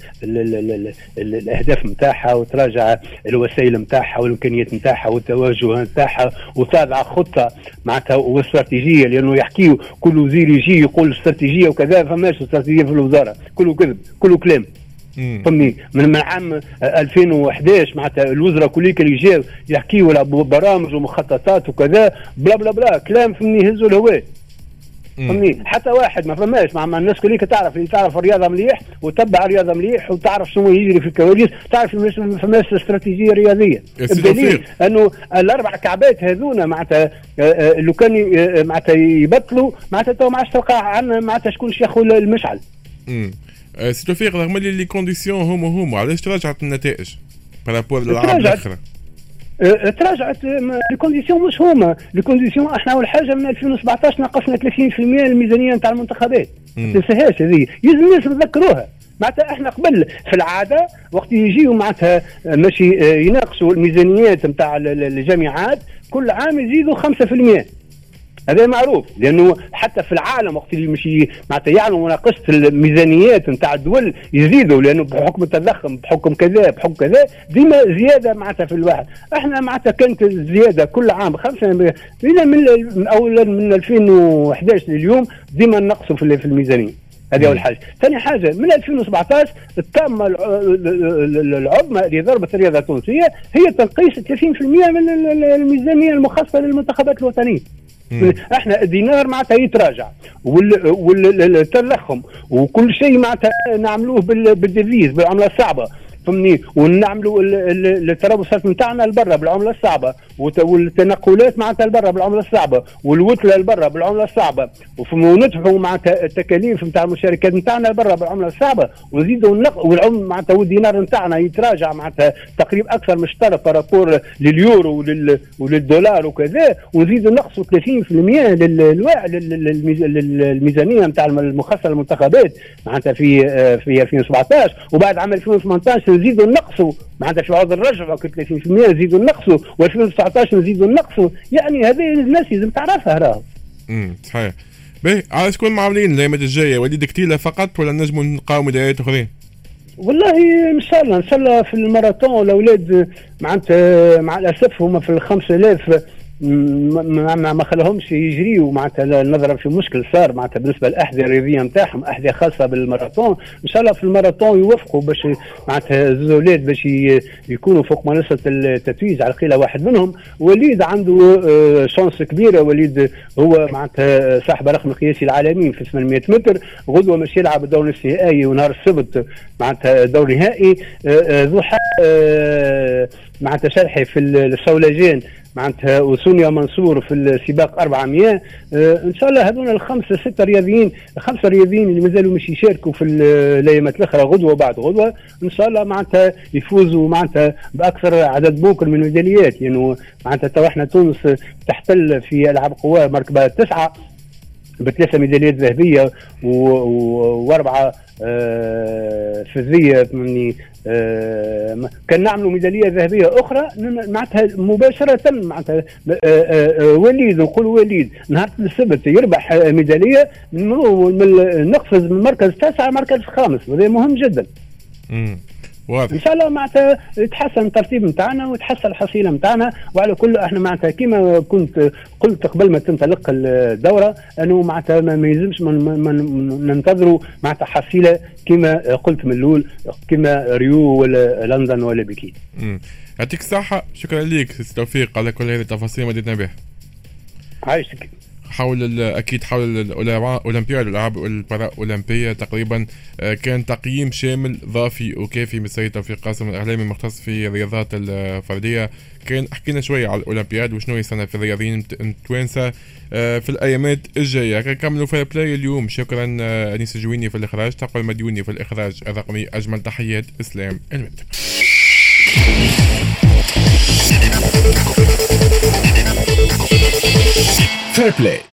الاهداف نتاعها وتراجع الوسائل نتاعها والامكانيات نتاعها والتوجه نتاعها وتابع خطه معناتها واستراتيجيه. لانه يحكيوا كل وزير يجي يقول استراتيجيه وكذا، فماش استراتيجيه في الوزاره، كله كذب كله كلام. فهمني من عام 2011 معناتها الوزراء كليك اللي جاوا يحكيوا على برامج ومخططات وكذا بلا بلا بلا كلام فهمني هزوا الهواء. فهمني حتى واحد ما فماش مع الناس كليك تعرف اللي تعرف الرياضه مليح وتتبع الرياضه مليح وتعرف شنو يجري في الكواليس، تعرف ما فماش استراتيجيه رياضيه. الدليل انه الاربع كعبات هذونا معناتها لو كان معناتها يبطلوا معناتها تو ما عادش تلقى عندنا معناتها شكون ياخذ المشعل. سي توفيق رغم اللي لي كونديسيون هما علاش تراجعت النتائج بارابور للعام الاخر؟ تراجعت الكونديسيون مش هما الكونديسيون. احنا اول حاجه من 2017 نقصنا 30% الميزانيه نتاع المنتخبات. ما تنساهاش هذه، يلزم الناس يتذكروها. معناتها احنا قبل في العاده وقت يجيو معناتها ماشي يناقشوا الميزانيات نتاع الجامعات كل عام يزيدوا 5%. هذا معروف لانه حتى في العالم وقت اللي مشي معناتها يعلموا مناقشه الميزانيات نتاع الدول يزيدوا، لانه بحكم التضخم بحكم كذا بحكم كذا ديما زياده معناتها في الواحد. احنا معناتها كانت الزياده كل عام 5 الى من اولا من 2011 لليوم ديما نقصوا في الميزانيه. هذه اول حاجه. ثاني حاجه من 2017 الطامه العظمى اللي ضربت الرياضه التونسيه هي تنقيص 30% من الميزانيه المخصصه للمنتخبات الوطنيه. احنا الدينار معناتها يتراجع والتضخم وكل شيء معناتها نعملوه بالديفيز بالعمله الصعبه فهمني، ونعملوا الترابصات نتاعنا لبرا بالعمله الصعبه والتنقلات معناتها لبرا بالعمله الصعبه والوتله لبرا بالعمله الصعبه وندفعوا معناتها التكاليف نتاع المشاركات نتاعنا لبرا بالعمله الصعبه ونزيدوا والعمله معناتها والدينار نتاعنا يتراجع معناتها تقريبا اكثر من الشرف بارابور لليورو وللدولار وكذا، ونزيدوا نقصوا 30% للميزانيه نتاع المخصصه للمنتخبات معناتها في 2017 وبعد عام 2018 نزيدوا نقصوا معناتها في عوض الرجعه 30% نزيدوا نقصوا و2019 نزيدوا نقصوا. يعني هذه الناس لازم تعرفها راهو. صحيح. باهي على شكون معاملين الايامات الجايه؟ وليد كتيله فقط ولا نجموا نلقاو ميداليات اخرين؟ والله ان شاء الله في الماراثون الاولاد معناتها مع الاسف هما في 5000 ما خلاهمش يجريوا معناتها نظرا في مشكل صار معناتها بالنسبه للاحذيه الرياضيه نتاعهم، احذيه خاصه بالماراثون. ان شاء الله في الماراثون يوفقوا باش معناتها الزولاد باش يكونوا فوق منصه التتويج على قيله واحد منهم. وليد عنده شانس كبيره، وليد هو معناتها صاحب رقم القياسي العالمي في 800 متر، غدوه مش يلعب الدور النهائي ونهار السبت معناتها دور نهائي. ذو معناتها شرحي في الصولجان معناتها وسونيا منصور في السباق 400. ان شاء الله هذول الخمسه رياضيين اللي مازالوا مش يشاركوا في الايامات الاخرى غدوه بعد غدوه ان شاء الله معناتها يفوزوا معناتها باكثر عدد ممكن من الميداليات. لانه يعني معناتها تو احنا تونس تحتل في العاب قوى مركبه 9 ب3 ميداليات ذهبيه واربعه فضيه. مني كان نعملوا ميداليه ذهبيه اخرى معناتها مباشره معناتها وليد نقول وليد نهار السبت يربح ميداليه نقفز من مركز 9 مركز 5 وهذا مهم جدا. واضح. ان شاء الله معناتها يتحسن الترتيب نتاعنا ويتحسن الحصيله نتاعنا. وعلى كل احنا معناتها كما كنت قلت قبل ما تنطلق الدوره انه معناتها ما يلزمش ننتظروا معناتها حصيله كما قلت من الاول كما ريو ولا لندن ولا بكين. يعطيك الصحه، شكرا لك توفيق على كل هذه التفاصيل ما ديتنا بها. عايشك. اكيد حول الاولمبياد والالعاب البارا اولمبيه تقريبا كان تقييم شامل ضافي وكافي من السيد توفيق قاسم الاعلامي المختص في الرياضات الفرديه. كان حكينا شويه على الاولمبياد وشنو يصنع في الرياضيين التوانسه في الايامات الجايه. كنكملوا في بلاي اليوم. شكرا انيس الجويني في الاخراج، تقوى المديوني في الاخراج الرقمي. اجمل تحيات اسلام المدب. Fair play.